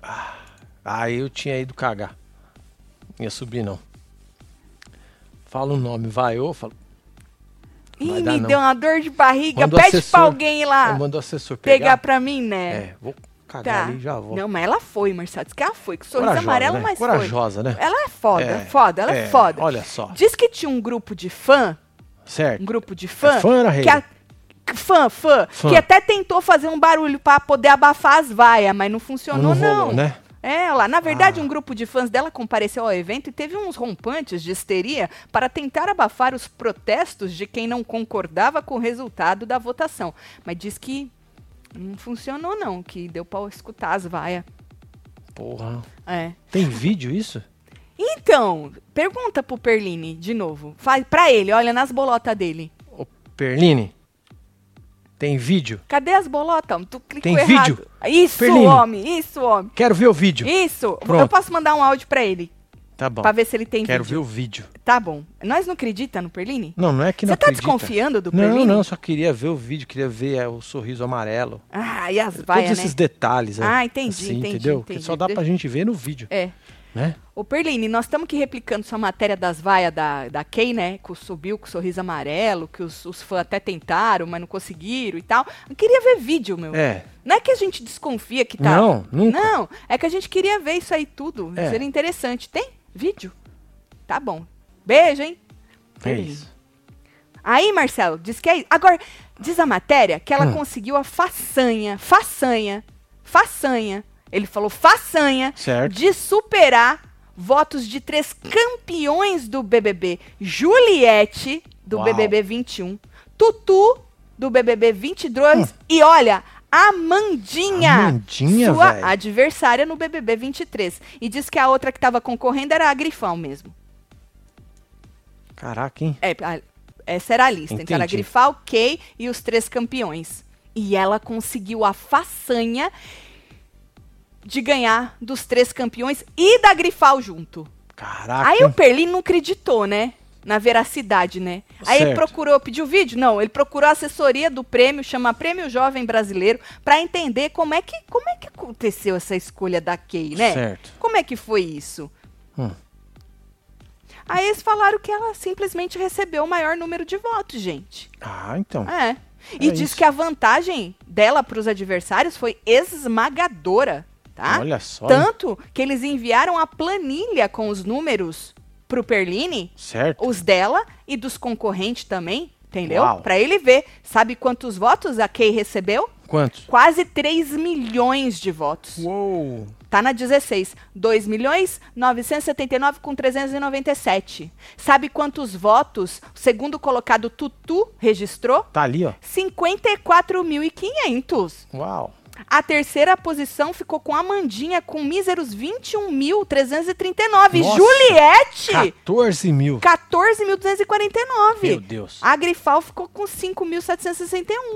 Aí eu tinha ido cagar. Não ia subir, não. Fala o nome, vaiou, fala. Ih, Vai dar, me não. deu uma dor de barriga. Manda o Pede assessor- pra alguém ir lá Eu mando o assessor pegar pegar. pra mim, né? É, vou cagar ali e já vou. Não, mas ela foi, Marcelo. Diz que ela foi. Com sorriso Corajosa, amarelo, né? mas Corajosa, né? foi. Ela é foda, É, foda. Ela é, é, foda. olha só. Diz que tinha um grupo de fã, um Certo. grupo de fã, É fã ou era que a- Fã, fã, Fã. que até tentou fazer um barulho pra poder abafar as vaias, mas não funcionou, Não não. rolou, né? É, lá, na verdade, Ah. um grupo de fãs dela compareceu ao evento e teve uns rompantes de histeria para tentar abafar os protestos de quem não concordava com o resultado da votação. Mas diz que não funcionou, não, que deu pra escutar as vaias. Porra. É. Tem vídeo isso? Então, pergunta pro Perline de novo. Faz pra ele, olha nas bolotas dele. Ô, Perline, tem vídeo? Cadê as bolotas? Tu clicou Tem errado. vídeo? Isso, Perline. homem, isso, homem. Quero ver o vídeo. Isso. Pronto. Eu posso mandar um áudio pra ele, Tá bom. pra ver se ele tem Quero vídeo. ver o vídeo. Tá bom. Nós não acredita no Perline? Não, não é que não Você tá acredita. desconfiando do Não, Perline? não, só queria ver o vídeo, queria ver é, o sorriso amarelo. Ah, e as Todos vaias, né? esses detalhes. é, Ah, entendi, assim, entendi, Entendeu? entendi. Que só dá pra gente ver no vídeo, É. né? Ô, Perline, nós estamos aqui replicando sua matéria das vaias da, da Kay, né? Que subiu com o sorriso amarelo, que os, os fãs até tentaram, mas não conseguiram e tal. Eu queria ver vídeo, meu. É. Não é que a gente desconfia que tá... Não, nunca. Não, é que a gente queria ver isso aí tudo. É. Seria interessante. Tem vídeo? Tá bom. Beijo, hein? É Perline. isso. Aí, Marcelo, diz que é isso. Agora, diz a matéria que ela Hum. conseguiu a façanha, façanha, façanha. Ele falou façanha Certo. de superar votos de três campeões do B B B. Juliette, do Uau. B B B vinte e um. Tutu, do B B B vinte e dois. Hum. E olha, Amandinha, Amandinha, sua véio. adversária no B B B vinte e três. E diz que a outra que estava concorrendo era a Grifal mesmo. Caraca, hein? É, a- essa era a lista. Então era a Entendi. Grifal, Kay e os três campeões. E ela conseguiu a façanha de ganhar dos três campeões e da Grifal junto. Caraca. Aí o Perlin não acreditou, né? Na veracidade, né? Aí ele Certo. procurou, pediu vídeo? Não, ele procurou a assessoria do prêmio, chama Prêmio Jovem Brasileiro, pra entender como é que, como é que aconteceu essa escolha da Kay, né? Certo. Como é que foi isso? Hum. Aí eles falaram que ela simplesmente recebeu o maior número de votos, gente. Ah, então. É. E É diz isso. que a vantagem dela pros adversários foi esmagadora, tá? Olha só. hein? Tanto que eles enviaram a planilha com os números pro Perline, Certo. os dela e dos concorrentes também, entendeu? Uau. Pra ele ver. Sabe quantos votos a Kay recebeu? Quantos? Quase três milhões de votos. Uou. Tá na dezesseis. dois milhões novecentos e setenta e nove com trezentos e noventa e sete. Sabe quantos votos o segundo colocado Tutu registrou? Tá ali, ó. cinquenta e quatro mil e quinhentos. Uau. A terceira posição ficou com a Amandinha com míseros vinte e um mil trezentos e trinta e nove. Nossa. Juliette, quatorze mil. quatorze mil duzentos e quarenta e nove. Meu Deus. A Grifal ficou com cinco mil setecentos e sessenta e um.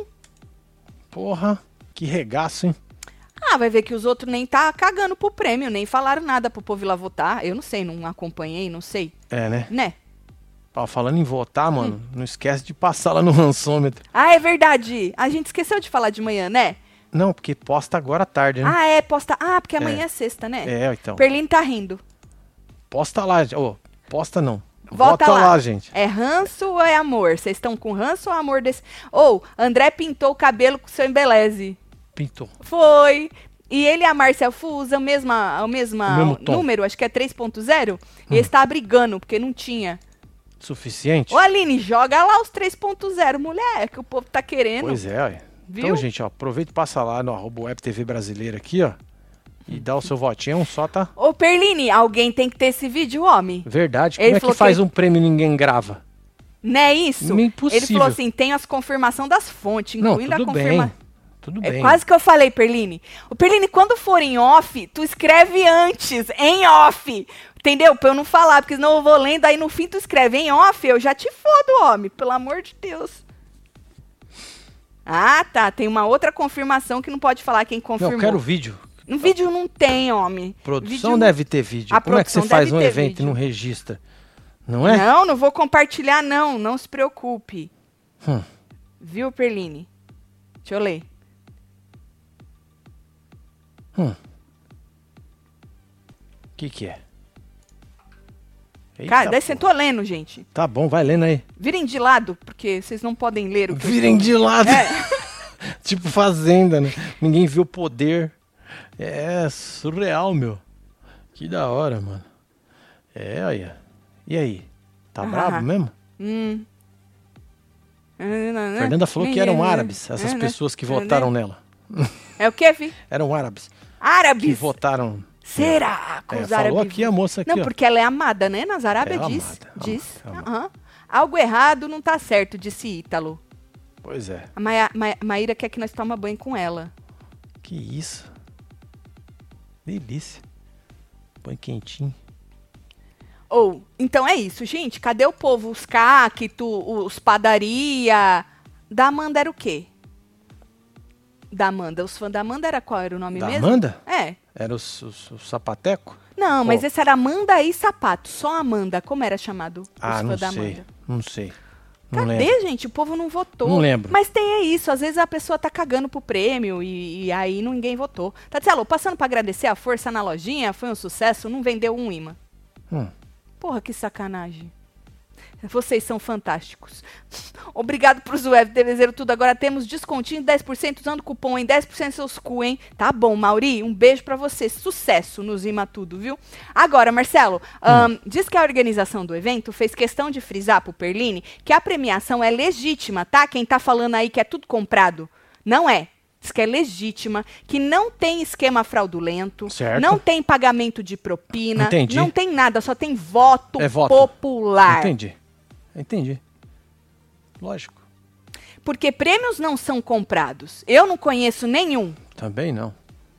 Porra. Que regaço, hein? Ah, vai ver que os outros nem tá cagando pro prêmio, nem falaram nada pro povo ir lá votar. Eu não sei, não acompanhei, não sei. É, né? Né? Ó, falando em votar, mano, Hum. não esquece de passar lá no rançômetro. Ah, é verdade. A gente esqueceu de falar de manhã, né? Não, porque posta agora à tarde, né? Ah, é, posta. Ah, porque amanhã é, sexta, né? É, então. Perlin tá rindo. Posta lá. Ô, posta não. Vota Vota lá. lá, gente. É ranço ou é amor? Vocês estão com ranço ou amor desse... Ou, André pintou o cabelo com seu embeleze. Pintou. Foi. E ele e a Marcel Fu usam o mesmo, o mesmo O mesmo tom. número, acho que é três ponto zero. E eles estavam brigando, porque não tinha. Suficiente? Ô, Aline, joga lá os três ponto zero, mulher, que o povo tá querendo. Pois é, olha. Viu? Então, gente, ó, aproveita e passa lá no arroba Web T V Brasileira aqui, ó. E dá o seu votinho, é um só, tá? Ô, Perline, alguém tem que ter esse vídeo, homem. Verdade. Ele Como é falou que faz que- um prêmio e ninguém grava? Não é isso? Impossível. Ele falou assim, tem as confirmação das fontes, Não, incluindo a tudo confirmação. bem. Tudo É bem. quase que eu falei, Perline. O Perline, quando for em off, tu escreve antes, em off. Entendeu? Pra eu não falar, porque senão eu vou lendo, aí no fim tu escreve em off, eu já te fodo, homem. Pelo amor de Deus. Ah, tá. Tem uma outra confirmação que não pode falar quem Não, confirmou. eu quero vídeo. No vídeo não tem, homem. Produção Vídeo- deve ter vídeo. A Como é que você produção faz deve um ter evento vídeo. e não registra? Não é? Não, não vou compartilhar, não. Não se preocupe. Hum. Viu, Perline? Deixa eu ler. Hum. O que que é? Eita, Cara, daí você porra. tô lendo, gente. Tá bom, vai lendo aí. Virem de lado, porque vocês não podem ler o que eu Virem de lado. É. Tipo Fazenda, né? Ninguém viu o poder. É surreal, meu. Que da hora, mano. É, olha. E aí? Tá Ah. brabo mesmo? Hum. Fernanda falou que eram árabes, essas pessoas que votaram nela. É o que, Vi? Eram árabes que Árabes. votaram. Será? Com É, os falou árabes. aqui a moça aqui, Não, ó. porque ela é amada, né? Nas Arábias É diz. amada, diz. amada, Aham. Algo errado não tá certo, disse Ítalo. Pois é. A Maia- Ma- Maíra quer que nós toma banho com ela. Que isso. Delícia. Põe quentinho. Ou, então é isso, gente. Cadê o povo? Os cacto, os padaria. Da Amanda era o quê? Da Amanda. Os fãs da Amanda era qual era o nome Da mesmo? Amanda? É. Era o, o, o sapateco? Não, mas Qual? esse era Amanda e Sapato. Só Amanda. Como era chamado? Os Ah, fãs não da sei. Amanda. Não sei. Não Cadê, lembro. gente? O povo não votou. Não lembro. Mas tem é isso. Às vezes a pessoa tá cagando pro prêmio e, e aí ninguém votou. Tatielo, passando pra agradecer a força na lojinha, foi um sucesso, não vendeu um imã. Hum. Porra, que sacanagem. Vocês são fantásticos. Obrigado pros web T V Zero tudo. Agora temos descontinho dez por cento usando o cupom, hein? dez por cento seus cu, hein? Tá bom, Mauri. Um beijo pra você. Sucesso nos Ima Tudo, viu? Agora, Marcelo, ahn, diz que a organização do evento fez questão de frisar pro Perline que a premiação é legítima, tá? Quem tá falando aí que é tudo comprado, não é. Diz que é legítima, que não tem esquema fraudulento, Certo. não tem pagamento de propina, Entendi. não tem nada, só tem voto É voto. popular. Entendi. Entendi. Lógico. Porque prêmios não são comprados. Eu não conheço nenhum. Também não.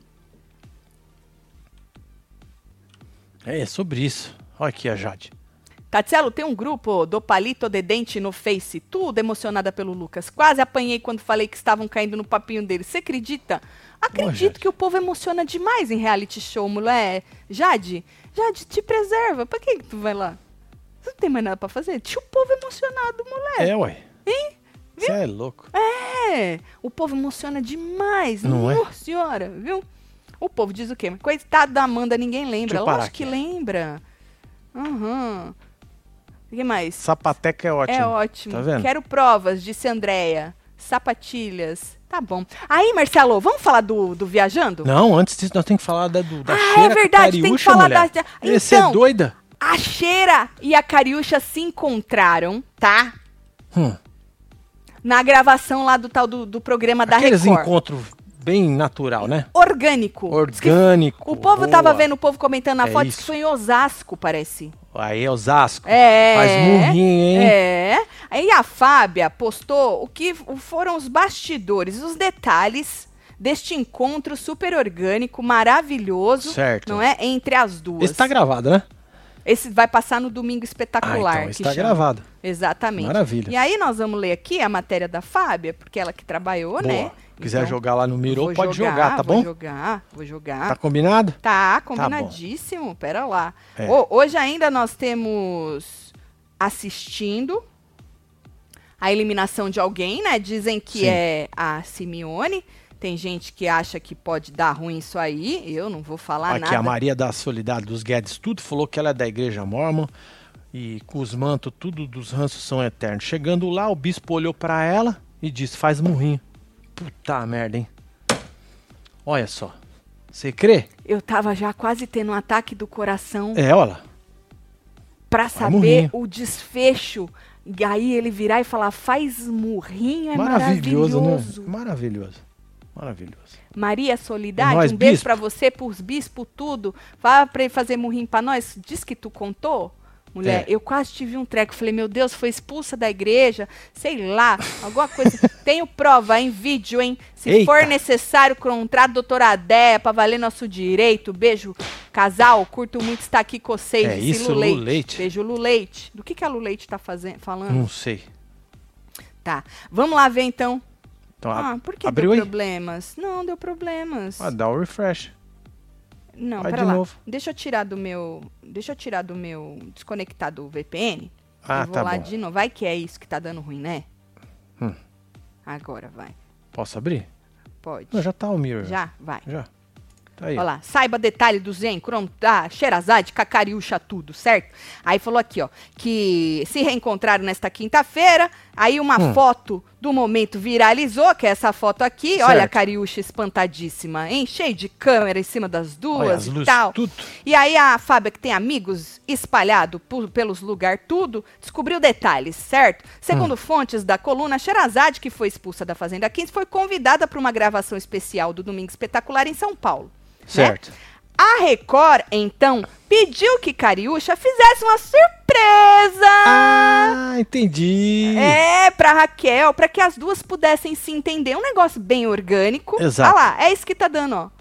É, é sobre isso. Olha aqui a Jade. Tatselo, tem um grupo do Palito de Dente no Face, tudo emocionada pelo Lucas. Quase apanhei quando falei que estavam caindo no papinho dele. Você acredita? Acredito Ô, que o povo emociona demais em reality show, mulher. Jade, Jade, te preserva. Pra que que tu vai lá? Você não tem mais nada pra fazer? Deixa o povo emocionado, mulher. É, ué. Hein? Você é louco. É, o povo emociona demais. Não é? Nossa senhora, viu? O povo diz o quê? Coitado da Amanda, ninguém lembra. Deixa eu parar Lógico que aqui. lembra. Aham. O que mais? Sapateca é ótimo. É ótimo. Tá vendo? Quero provas, disse Andréia. Sapatilhas. Tá bom. Aí, Marcelo, vamos falar do, do Viajando? Não, antes disso nós temos que falar da, do, da Ah, cheira é verdade, tem que Cariúcha, falar mulher. da... Você é Então, doida? a Cheira e a Cariúcha se encontraram, tá? Hum. Na gravação lá do tal do, do programa da Aqueles Record. encontros bem natural, né? Orgânico. Diz que Orgânico. O povo boa. tava vendo o povo comentando na É foto, diz que isso. foi em Osasco, parece. Aí é Osasco. É. Faz murrinho, hein? É. Aí a Fábia postou o que foram os bastidores, os detalhes deste encontro super orgânico, maravilhoso. Certo. Não é? Entre as duas. Esse tá gravado, né? Esse vai passar no Domingo Espetacular. Ah, então, esse que tá chama. gravado. Exatamente. Maravilha. E aí nós vamos ler aqui a matéria da Fábia, porque ela que trabalhou, Boa. né? Quiser Então, jogar lá no Mirou, vou pode jogar, tá vou bom? jogar, vou jogar. Tá combinado? Tá, combinadíssimo. Pera lá. É. Ô, hoje ainda nós temos assistindo a eliminação de alguém, né? Dizem que Sim. é a Simeone. Tem gente que acha que pode dar ruim isso aí. Eu não vou falar Aqui nada. a Maria da Solidária dos Guedes tudo falou que ela é da Igreja Mórmon e com os mantos tudo dos ranços são eternos. Chegando lá, o bispo olhou pra ela e disse, faz murrinho. Puta merda, hein? Olha só. Você crê? Eu tava já quase tendo um ataque do coração É, olha. pra Faz saber murrinho. o desfecho. E aí ele virar e falar, faz murrinho, é Maravilhoso, maravilhoso. né? Maravilhoso. Maravilhoso. Maria Solidade, É nóis, um beijo bispo. pra você, pros bispos, tudo. Fala pra ele fazer murrinho pra nós. Diz que tu contou, mulher. É. Eu quase tive um treco. Falei, meu Deus, foi expulsa da igreja. Sei lá, alguma coisa. Tenho prova em vídeo, hein? Se Eita. for necessário, contrato doutora Adéia pra valer nosso direito. Beijo, casal. Curto muito estar aqui com vocês. É disse isso, Luleite. Luleite. Beijo, Luleite. Do que, que a Luleite tá fazendo, falando? Não sei. Tá. Vamos lá ver, então. Então, Ah, ab- por que abriu deu aí? problemas? Não, deu problemas. Ah, dá o refresh. Não, Vai pera de lá. novo. Deixa eu tirar do meu. Deixa eu tirar do meu. Desconectar do V P N. Ah, eu vou tá lá bom. de novo. Vai que é isso que tá dando ruim, né? Hum. Agora vai. Posso abrir? Pode. Não, já tá o mirror. Já? Vai. Já. Tá aí. Olha lá, saiba detalhe do Zen, Crom, ah, Sherazade, Cacariúcha, tudo, certo? Aí falou aqui, ó, que se reencontraram nesta quinta-feira, aí uma Hum. foto do momento viralizou, que é essa foto aqui, Certo. olha a Cariúcha espantadíssima, hein? Cheio de câmera em cima das Olha duas as e luzes, tal. tudo. E aí a Fábia, que tem amigos espalhados pelos lugares tudo, descobriu detalhes, certo? Segundo Hum. fontes da coluna, Sherazade, que foi expulsa da Fazenda quinze, foi convidada para uma gravação especial do Domingo Espetacular em São Paulo. Certo. Né? A Record, então, pediu que Cariúcha fizesse uma surpresa Ah, entendi. é, pra Raquel, pra que as duas pudessem se entender. Um negócio bem orgânico. Exato. Olha lá, é isso que tá dando, ó.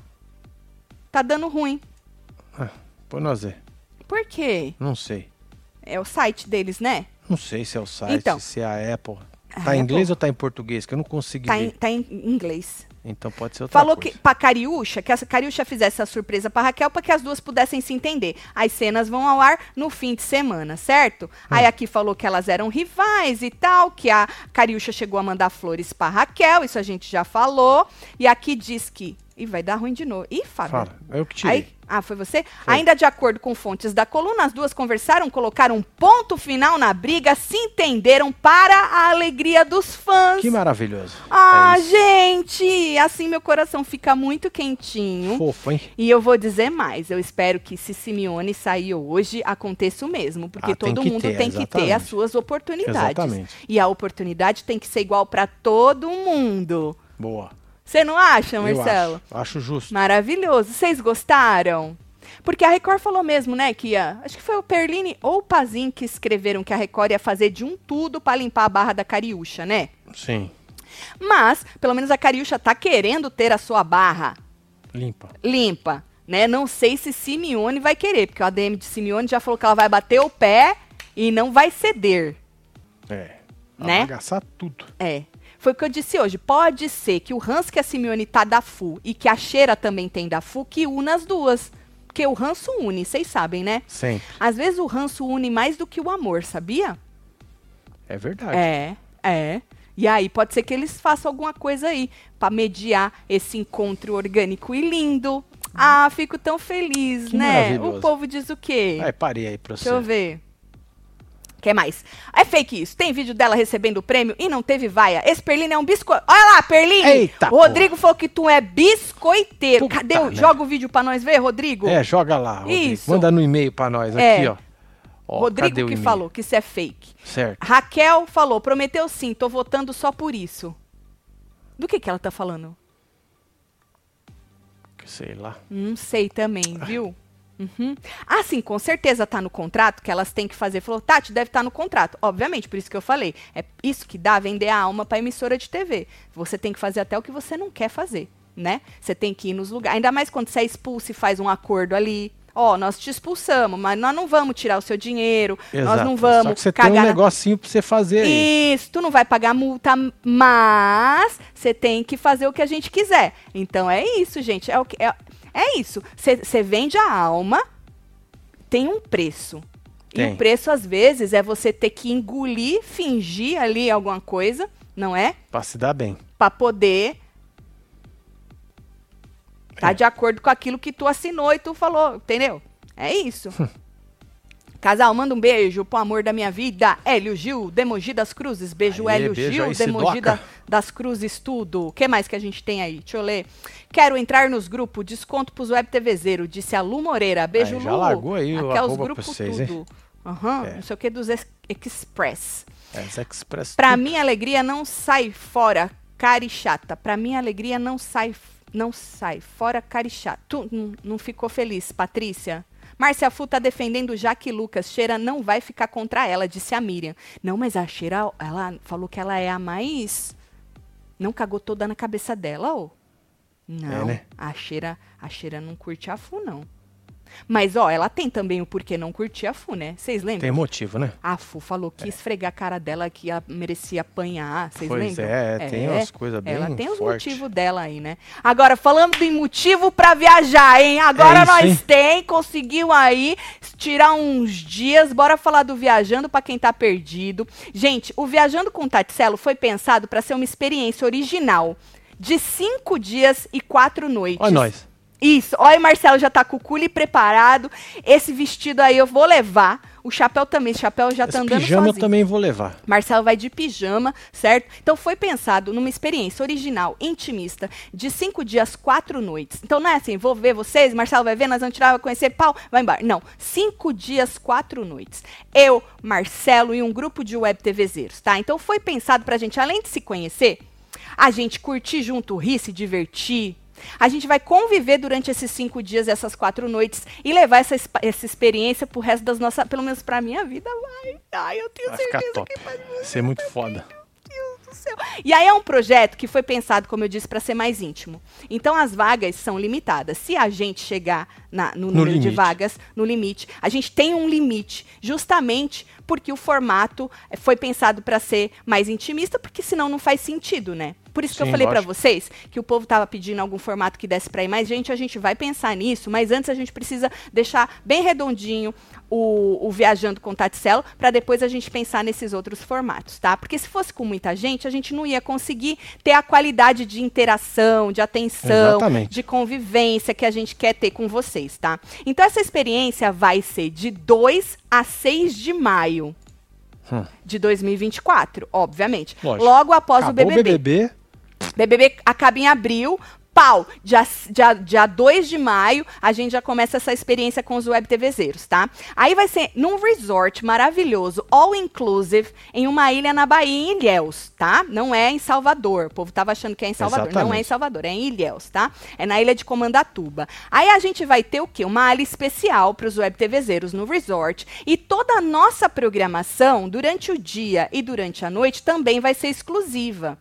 Tá dando ruim. Ah, põe nós ver. Por quê? Não sei. É o site deles, né? Não sei se é o site, Então. se é a Apple. A Tá em inglês Apple. ou tá em português? Que eu não consegui Tá em, ver. tá em inglês. Então pode ser outra Falou coisa. que pra Cariúcha, que a Cariúcha fizesse a surpresa pra Raquel pra que as duas pudessem se entender. As cenas vão ao ar no fim de semana, certo? Aí aqui falou que elas eram rivais e tal, que a Cariúcha chegou a mandar flores pra Raquel, isso a gente já falou. E aqui diz que... Ih, vai dar ruim de novo. Ih, Fábio. Fala, eu que tirei. Aí, ah, foi você? Ainda de acordo com fontes da coluna, as duas conversaram, colocaram um ponto final na briga, se entenderam para a alegria dos fãs. Que maravilhoso. Ah, é isso. gente! Assim meu coração fica muito quentinho. Fofo, hein? E eu vou dizer mais, eu espero que se Simeone sair hoje, aconteça o mesmo, porque Ah, tem todo que mundo ter, tem que ter exatamente. as suas oportunidades. Exatamente. E a oportunidade tem que ser igual para todo mundo. Boa. Você não acha, Eu Marcelo? acho, acho justo. Maravilhoso. Vocês gostaram? Porque a Record falou mesmo, né, que ia, acho que foi o Perline ou o Pazin que escreveram que a Record ia fazer de um tudo para limpar a barra da Cariúcha, né? Sim. Mas, pelo menos a Cariúcha tá querendo ter a sua barra Limpa. limpa, né? Não sei se Simeone vai querer, porque o A D M de Simeone já falou que ela vai bater o pé e não vai ceder. É. Né? Bagaçar tudo. É. Foi o que eu disse hoje. Pode ser que o ranço que a Simeone tá da F U e que a Cheira também tem da F U, que una as duas. Porque o ranço une, vocês sabem, né? Sempre. Às vezes o ranço une mais do que o amor, sabia? É verdade. É, é. E aí pode ser que eles façam alguma coisa aí pra mediar esse encontro orgânico e lindo. Ah, fico tão feliz, Que né? maravilhoso. O povo diz o quê? Ai, parei aí pra você. Deixa eu ver. Quer mais? É fake isso. Tem vídeo dela recebendo o prêmio e não teve vaia. Esse Perline é um biscoito. Olha lá, Perline! Eita, o Rodrigo falou que tu é biscoiteiro. Puta Cadê? O... merda. Joga o vídeo pra nós ver, Rodrigo. É, joga lá, Rodrigo. Isso. Manda no e-mail pra nós, É. aqui, ó. Ó, cadê Rodrigo o que e-mail? falou que isso é fake. Certo. Raquel falou, prometeu sim, tô votando só por isso. Do que que ela tá falando? Sei lá. Não sei também, viu? Uhum. Ah, sim, com certeza tá no contrato, que elas têm que fazer. Falou, Tati, deve estar no contrato. Obviamente, por isso que eu falei. É isso que dá vender a alma pra emissora de T V. Você tem que fazer até o que você não quer fazer, né? Você tem que ir nos lugares. Ainda mais quando você é expulso e faz um acordo ali. Ó, nós te expulsamos, mas nós não vamos tirar o seu dinheiro. Exato. Nós não vamos Só que você cagar tem um na- negocinho pra você fazer aí. Isso, tu não vai pagar multa, mas você tem que fazer o que a gente quiser. Então é isso, gente. É, o que, é, é isso. Você vende a alma, tem um preço. E Tem. o preço, às vezes, é você ter que engolir, fingir ali alguma coisa, não é? Pra se dar bem. Pra poder tá É. de acordo com aquilo que tu assinou e tu falou, entendeu? É isso. Casal, manda um beijo pro amor da minha vida, Hélio Gil, Demogi das Cruzes. Beijo, Aê, Hélio beijo Gil, aí, Demogi Sidoca. da- das Cruzes, tudo. O que mais que a gente tem aí? Deixa eu ler. Quero entrar nos grupos, desconto pros web TVzeiro, disse a Lu Moreira. Beijo, Aí, já Lu. largou aí o Aqui é os arroba grupos pra vocês, hein? tudo. Aham, É. não sei o que dos ex- Express. Essa Express. Pra tudo. minha alegria não sai fora, carichata. Pra minha alegria não sai, não sai fora, carichata. Tu não, não ficou feliz, Patrícia? Márcia Fu tá defendendo Jaque Lucas. Cheira não vai ficar contra ela, disse a Miriam. Não, mas a Cheira, ela falou que ela é a mais... Não cagou toda na cabeça dela, ô? Não, É, né? a Cheira, a Cheira não curte a Fu, não. Mas, ó, ela tem também o porquê não curtir a Fu, né? Vocês lembram? Tem motivo, né? A Fu falou que ia esfregar a cara dela, que ia, merecia apanhar. Vocês Pois lembram? é, tem umas coisas bem Ela tem os forte. motivos dela aí, né? Agora, falando de motivo pra viajar, hein? Agora É isso, nós hein? tem, conseguiu aí tirar uns dias. Bora falar do Viajando pra quem tá perdido. Gente, o Viajando com Tatselo foi pensado pra ser uma experiência original de cinco dias e quatro noites. Olha nós. Isso, olha, o Marcelo já tá com o cule preparado. Esse vestido aí eu vou levar. O chapéu também, esse chapéu já tá Esse andando pijama eu sozinho. também vou levar. Marcelo vai de pijama, certo? Então foi pensado numa experiência original, intimista, de cinco dias, quatro noites. Então não é assim, vou ver vocês, Marcelo vai ver, nós vamos tirar, vai conhecer, pau, vai embora. Não, cinco dias, quatro noites. Eu, Marcelo e um grupo de web TVzeiros, tá? Então foi pensado pra gente, além de se conhecer, a gente curtir junto, rir, se divertir. A gente vai conviver durante esses cinco dias, essas quatro noites, e levar essa, espa- essa experiência pro resto das nossas... Pelo menos pra minha vida, vai. Ai, eu tenho Vai ficar certeza top. que vai Vai ser muito foda. Deus do céu. E aí é um projeto que foi pensado, como eu disse, para ser mais íntimo. Então as vagas são limitadas. Se a gente chegar na- no número de limite. vagas, no limite, a gente tem um limite, justamente porque o formato eh, foi pensado para ser mais intimista, porque senão não faz sentido, né? Por isso que eu Sim, falei para lógico. vocês que o povo tava pedindo algum formato que desse para ir mais gente, a gente vai pensar nisso, mas antes a gente precisa deixar bem redondinho o, o Viajando com Tatselo, para depois a gente pensar nesses outros formatos, tá? Porque se fosse com muita gente, a gente não ia conseguir ter a qualidade de interação, de atenção, Exatamente. de convivência que a gente quer ter com vocês, tá? Então essa experiência vai ser de dois a seis de maio Hum. de dois mil e vinte e quatro, obviamente. Lógico. Logo após Acabou o B B B. B B B. B B B acaba em abril, pau, dia, dia, dia dois de maio, a gente já começa essa experiência com os web TVzeiros, tá? Aí vai ser num resort maravilhoso, all inclusive, em uma ilha na Bahia, em Ilhéus, tá? Não é em Salvador, o povo tava achando que é em Salvador, não é em Exatamente. Salvador, é em Ilhéus, tá? É na ilha de Comandatuba. Aí a gente vai ter o quê? Uma área especial para os web TVzeiros no resort, e toda a nossa programação, durante o dia e durante a noite, também vai ser exclusiva.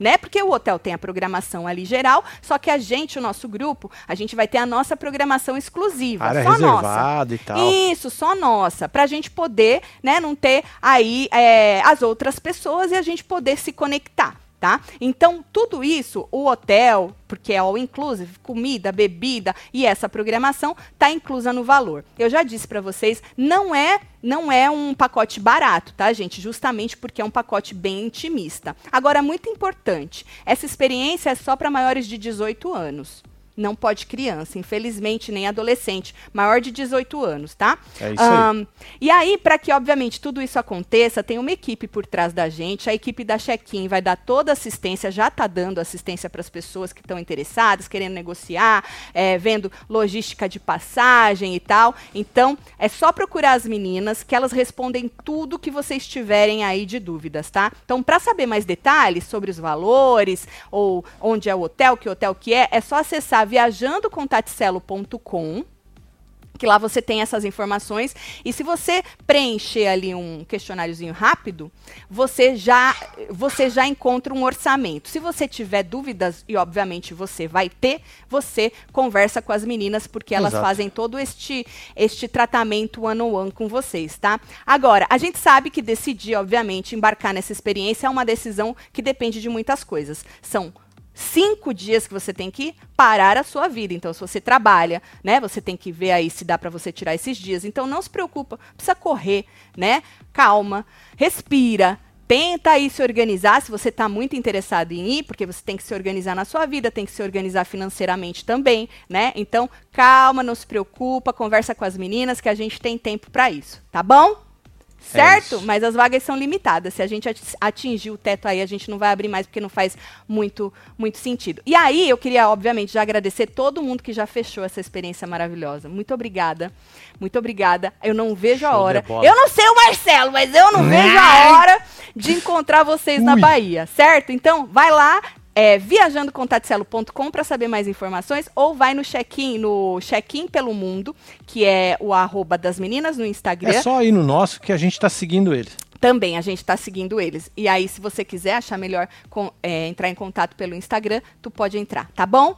né? Porque o hotel tem a programação ali geral, só que a gente, o nosso grupo, a gente vai ter a nossa programação exclusiva, área só reservada nossa. e tal. Isso, só nossa, pra gente poder, né, não ter aí é, as outras pessoas e a gente poder se conectar. Tá? Então, tudo isso, o hotel, porque é all inclusive, comida, bebida e essa programação está inclusa no valor. Eu já disse para vocês, não é, não é um pacote barato, tá, gente? Justamente porque é um pacote bem intimista. Agora, muito importante, essa experiência é só para maiores de dezoito anos. Não pode criança, infelizmente, nem adolescente, maior de dezoito anos, tá? É isso aí. Um, e aí, para que, obviamente, tudo isso aconteça, tem uma equipe por trás da gente, a equipe da check-in vai dar toda a assistência, já está dando assistência para as pessoas que estão interessadas, querendo negociar, é, vendo logística de passagem e tal. Então, é só procurar as meninas, que elas respondem tudo que vocês tiverem aí de dúvidas, tá? Então, para saber mais detalhes sobre os valores, ou onde é o hotel, que hotel que é, é só acessar viajando com taticelo ponto com, que lá você tem essas informações, e se você preencher ali um questionáriozinho rápido, você já, você já encontra um orçamento. Se você tiver dúvidas, e obviamente você vai ter, você conversa com as meninas, porque elas Exato. fazem todo este, este tratamento one-on-one com vocês, tá? Agora, a gente sabe que decidir, obviamente, embarcar nessa experiência é uma decisão que depende de muitas coisas. São cinco dias que você tem que parar a sua vida. Então, se você trabalha, né, você tem que ver aí se dá para você tirar esses dias. Então, não se preocupa, precisa correr, né? Calma, respira, tenta aí se organizar, se você está muito interessado em ir, porque você tem que se organizar na sua vida, tem que se organizar financeiramente também, né? Então, calma, não se preocupa, conversa com as meninas que a gente tem tempo para isso, tá bom? Certo? É Mas as vagas são limitadas. Se a gente atingir o teto aí, a gente não vai abrir mais, porque não faz muito, muito sentido. E aí, eu queria, obviamente, já agradecer todo mundo que já fechou essa experiência maravilhosa. Muito obrigada. Muito obrigada. Eu não vejo Show a hora. de bola. Eu não sei o Marcelo, mas eu não vejo a hora de encontrar vocês na Ui. Bahia, certo? Então, vai lá. É, viajando com taticelo ponto com para saber mais informações, ou vai no check-in, no check-in pelo mundo, que é o arroba das meninas no Instagram. É só ir no nosso que a gente tá seguindo eles. Também a gente está seguindo eles. E aí, se você quiser achar melhor com, é, entrar em contato pelo Instagram, tu pode entrar, tá bom?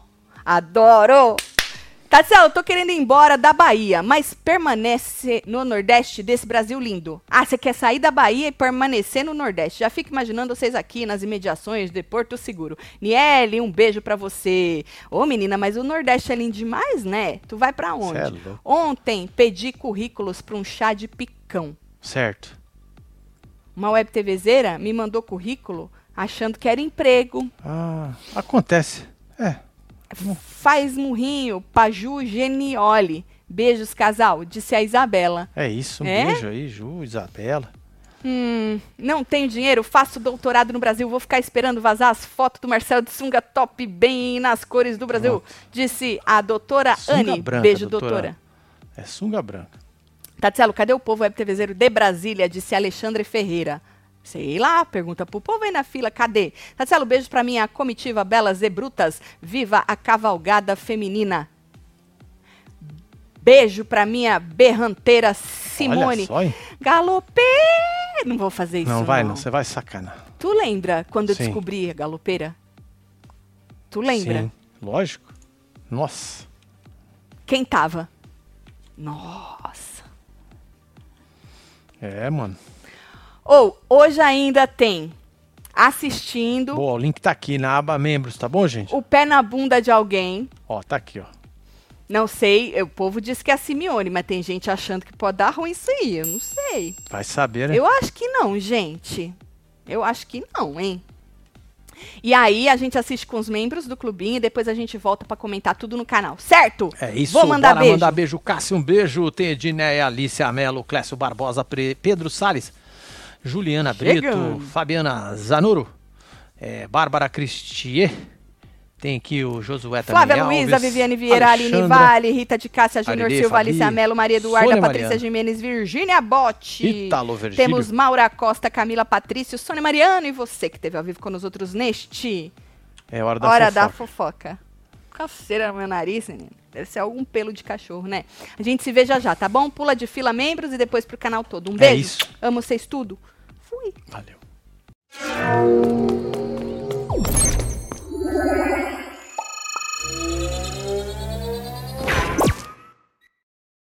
Adoro! Tatselo, eu tô querendo ir embora da Bahia, mas permanece no Nordeste desse Brasil lindo. Ah, você quer sair da Bahia e permanecer no Nordeste. Já fico imaginando vocês aqui nas imediações de Porto Seguro. Niele, um beijo pra você. Ô, menina, mas o Nordeste é lindo demais, né? Tu vai pra onde? Cê é louco. Ontem, pedi currículos pra um chá de picão. Certo. Uma web TVzeira me mandou currículo achando que era emprego. Ah, acontece. É. Faz murrinho, Paju Genioli. Beijos, casal, disse a Isabela. É isso, um É? beijo aí, Ju, Isabela. Hum, não tenho dinheiro, faço doutorado no Brasil, vou ficar esperando vazar as fotos do Marcelo de sunga top bem nas cores do Brasil. Pronto. Disse a doutora Sunga Anne. branca, Beijo, doutora. doutora. É sunga branca. Tatselo, cadê o povo web TVzeiro de Brasília? Disse Alexandre Ferreira. Sei lá, pergunta pro povo aí na fila, cadê? Tatselo, beijos pra minha comitiva Belas e Brutas. Viva a cavalgada feminina. Beijo pra minha berranteira Simone. Olha só, hein? Galopê! Não vou fazer isso, Não vai não, você vai sacanar. Tu lembra quando eu Sim. descobri a galopeira? Tu lembra? Sim, lógico. Nossa. Quem tava? Nossa. É, mano. Ou, hoje ainda tem assistindo Boa, o link tá aqui na aba membros, tá bom, gente? o pé na bunda de alguém. Ó, tá aqui, ó. Não sei, o povo diz que é a Simeone, mas tem gente achando que pode dar ruim isso aí, eu não sei. Vai saber, né? Eu acho que não, gente. Eu acho que não, hein? E aí a gente assiste com os membros do clubinho e depois a gente volta pra comentar tudo no canal, certo? É isso, Vou mandar bora beijo. mandar beijo. Cássio, um beijo. Tem Edneia, Alicia Melo, Clécio Barbosa, Pre- Pedro Salles, Juliana Chegando. Brito, Fabiana Zanuro, é, Bárbara Cristier. Tem aqui o Josué também. Flávia Luísa, Alves, Viviane Vieira, Aline Alexandra, Vale, Rita de Cássia, Júnior Aridê, Silva, Fabi, Alicia Melo, Maria Eduarda, Sônia Patrícia Mariana. Jimenez, Virgínia Botti. Italo Virgílio. Temos Maura Costa, Camila Patrício, Sônia Mariano e você que esteve ao vivo com nós outros neste É hora da Hora fofoca. da Fofoca. Coceira no meu nariz, menino. Deve ser algum pelo de cachorro, né? A gente se vê já já, tá bom? Pula de fila membros e depois pro canal todo. Um É beijo. isso. Amo vocês tudo. Fui. Valeu.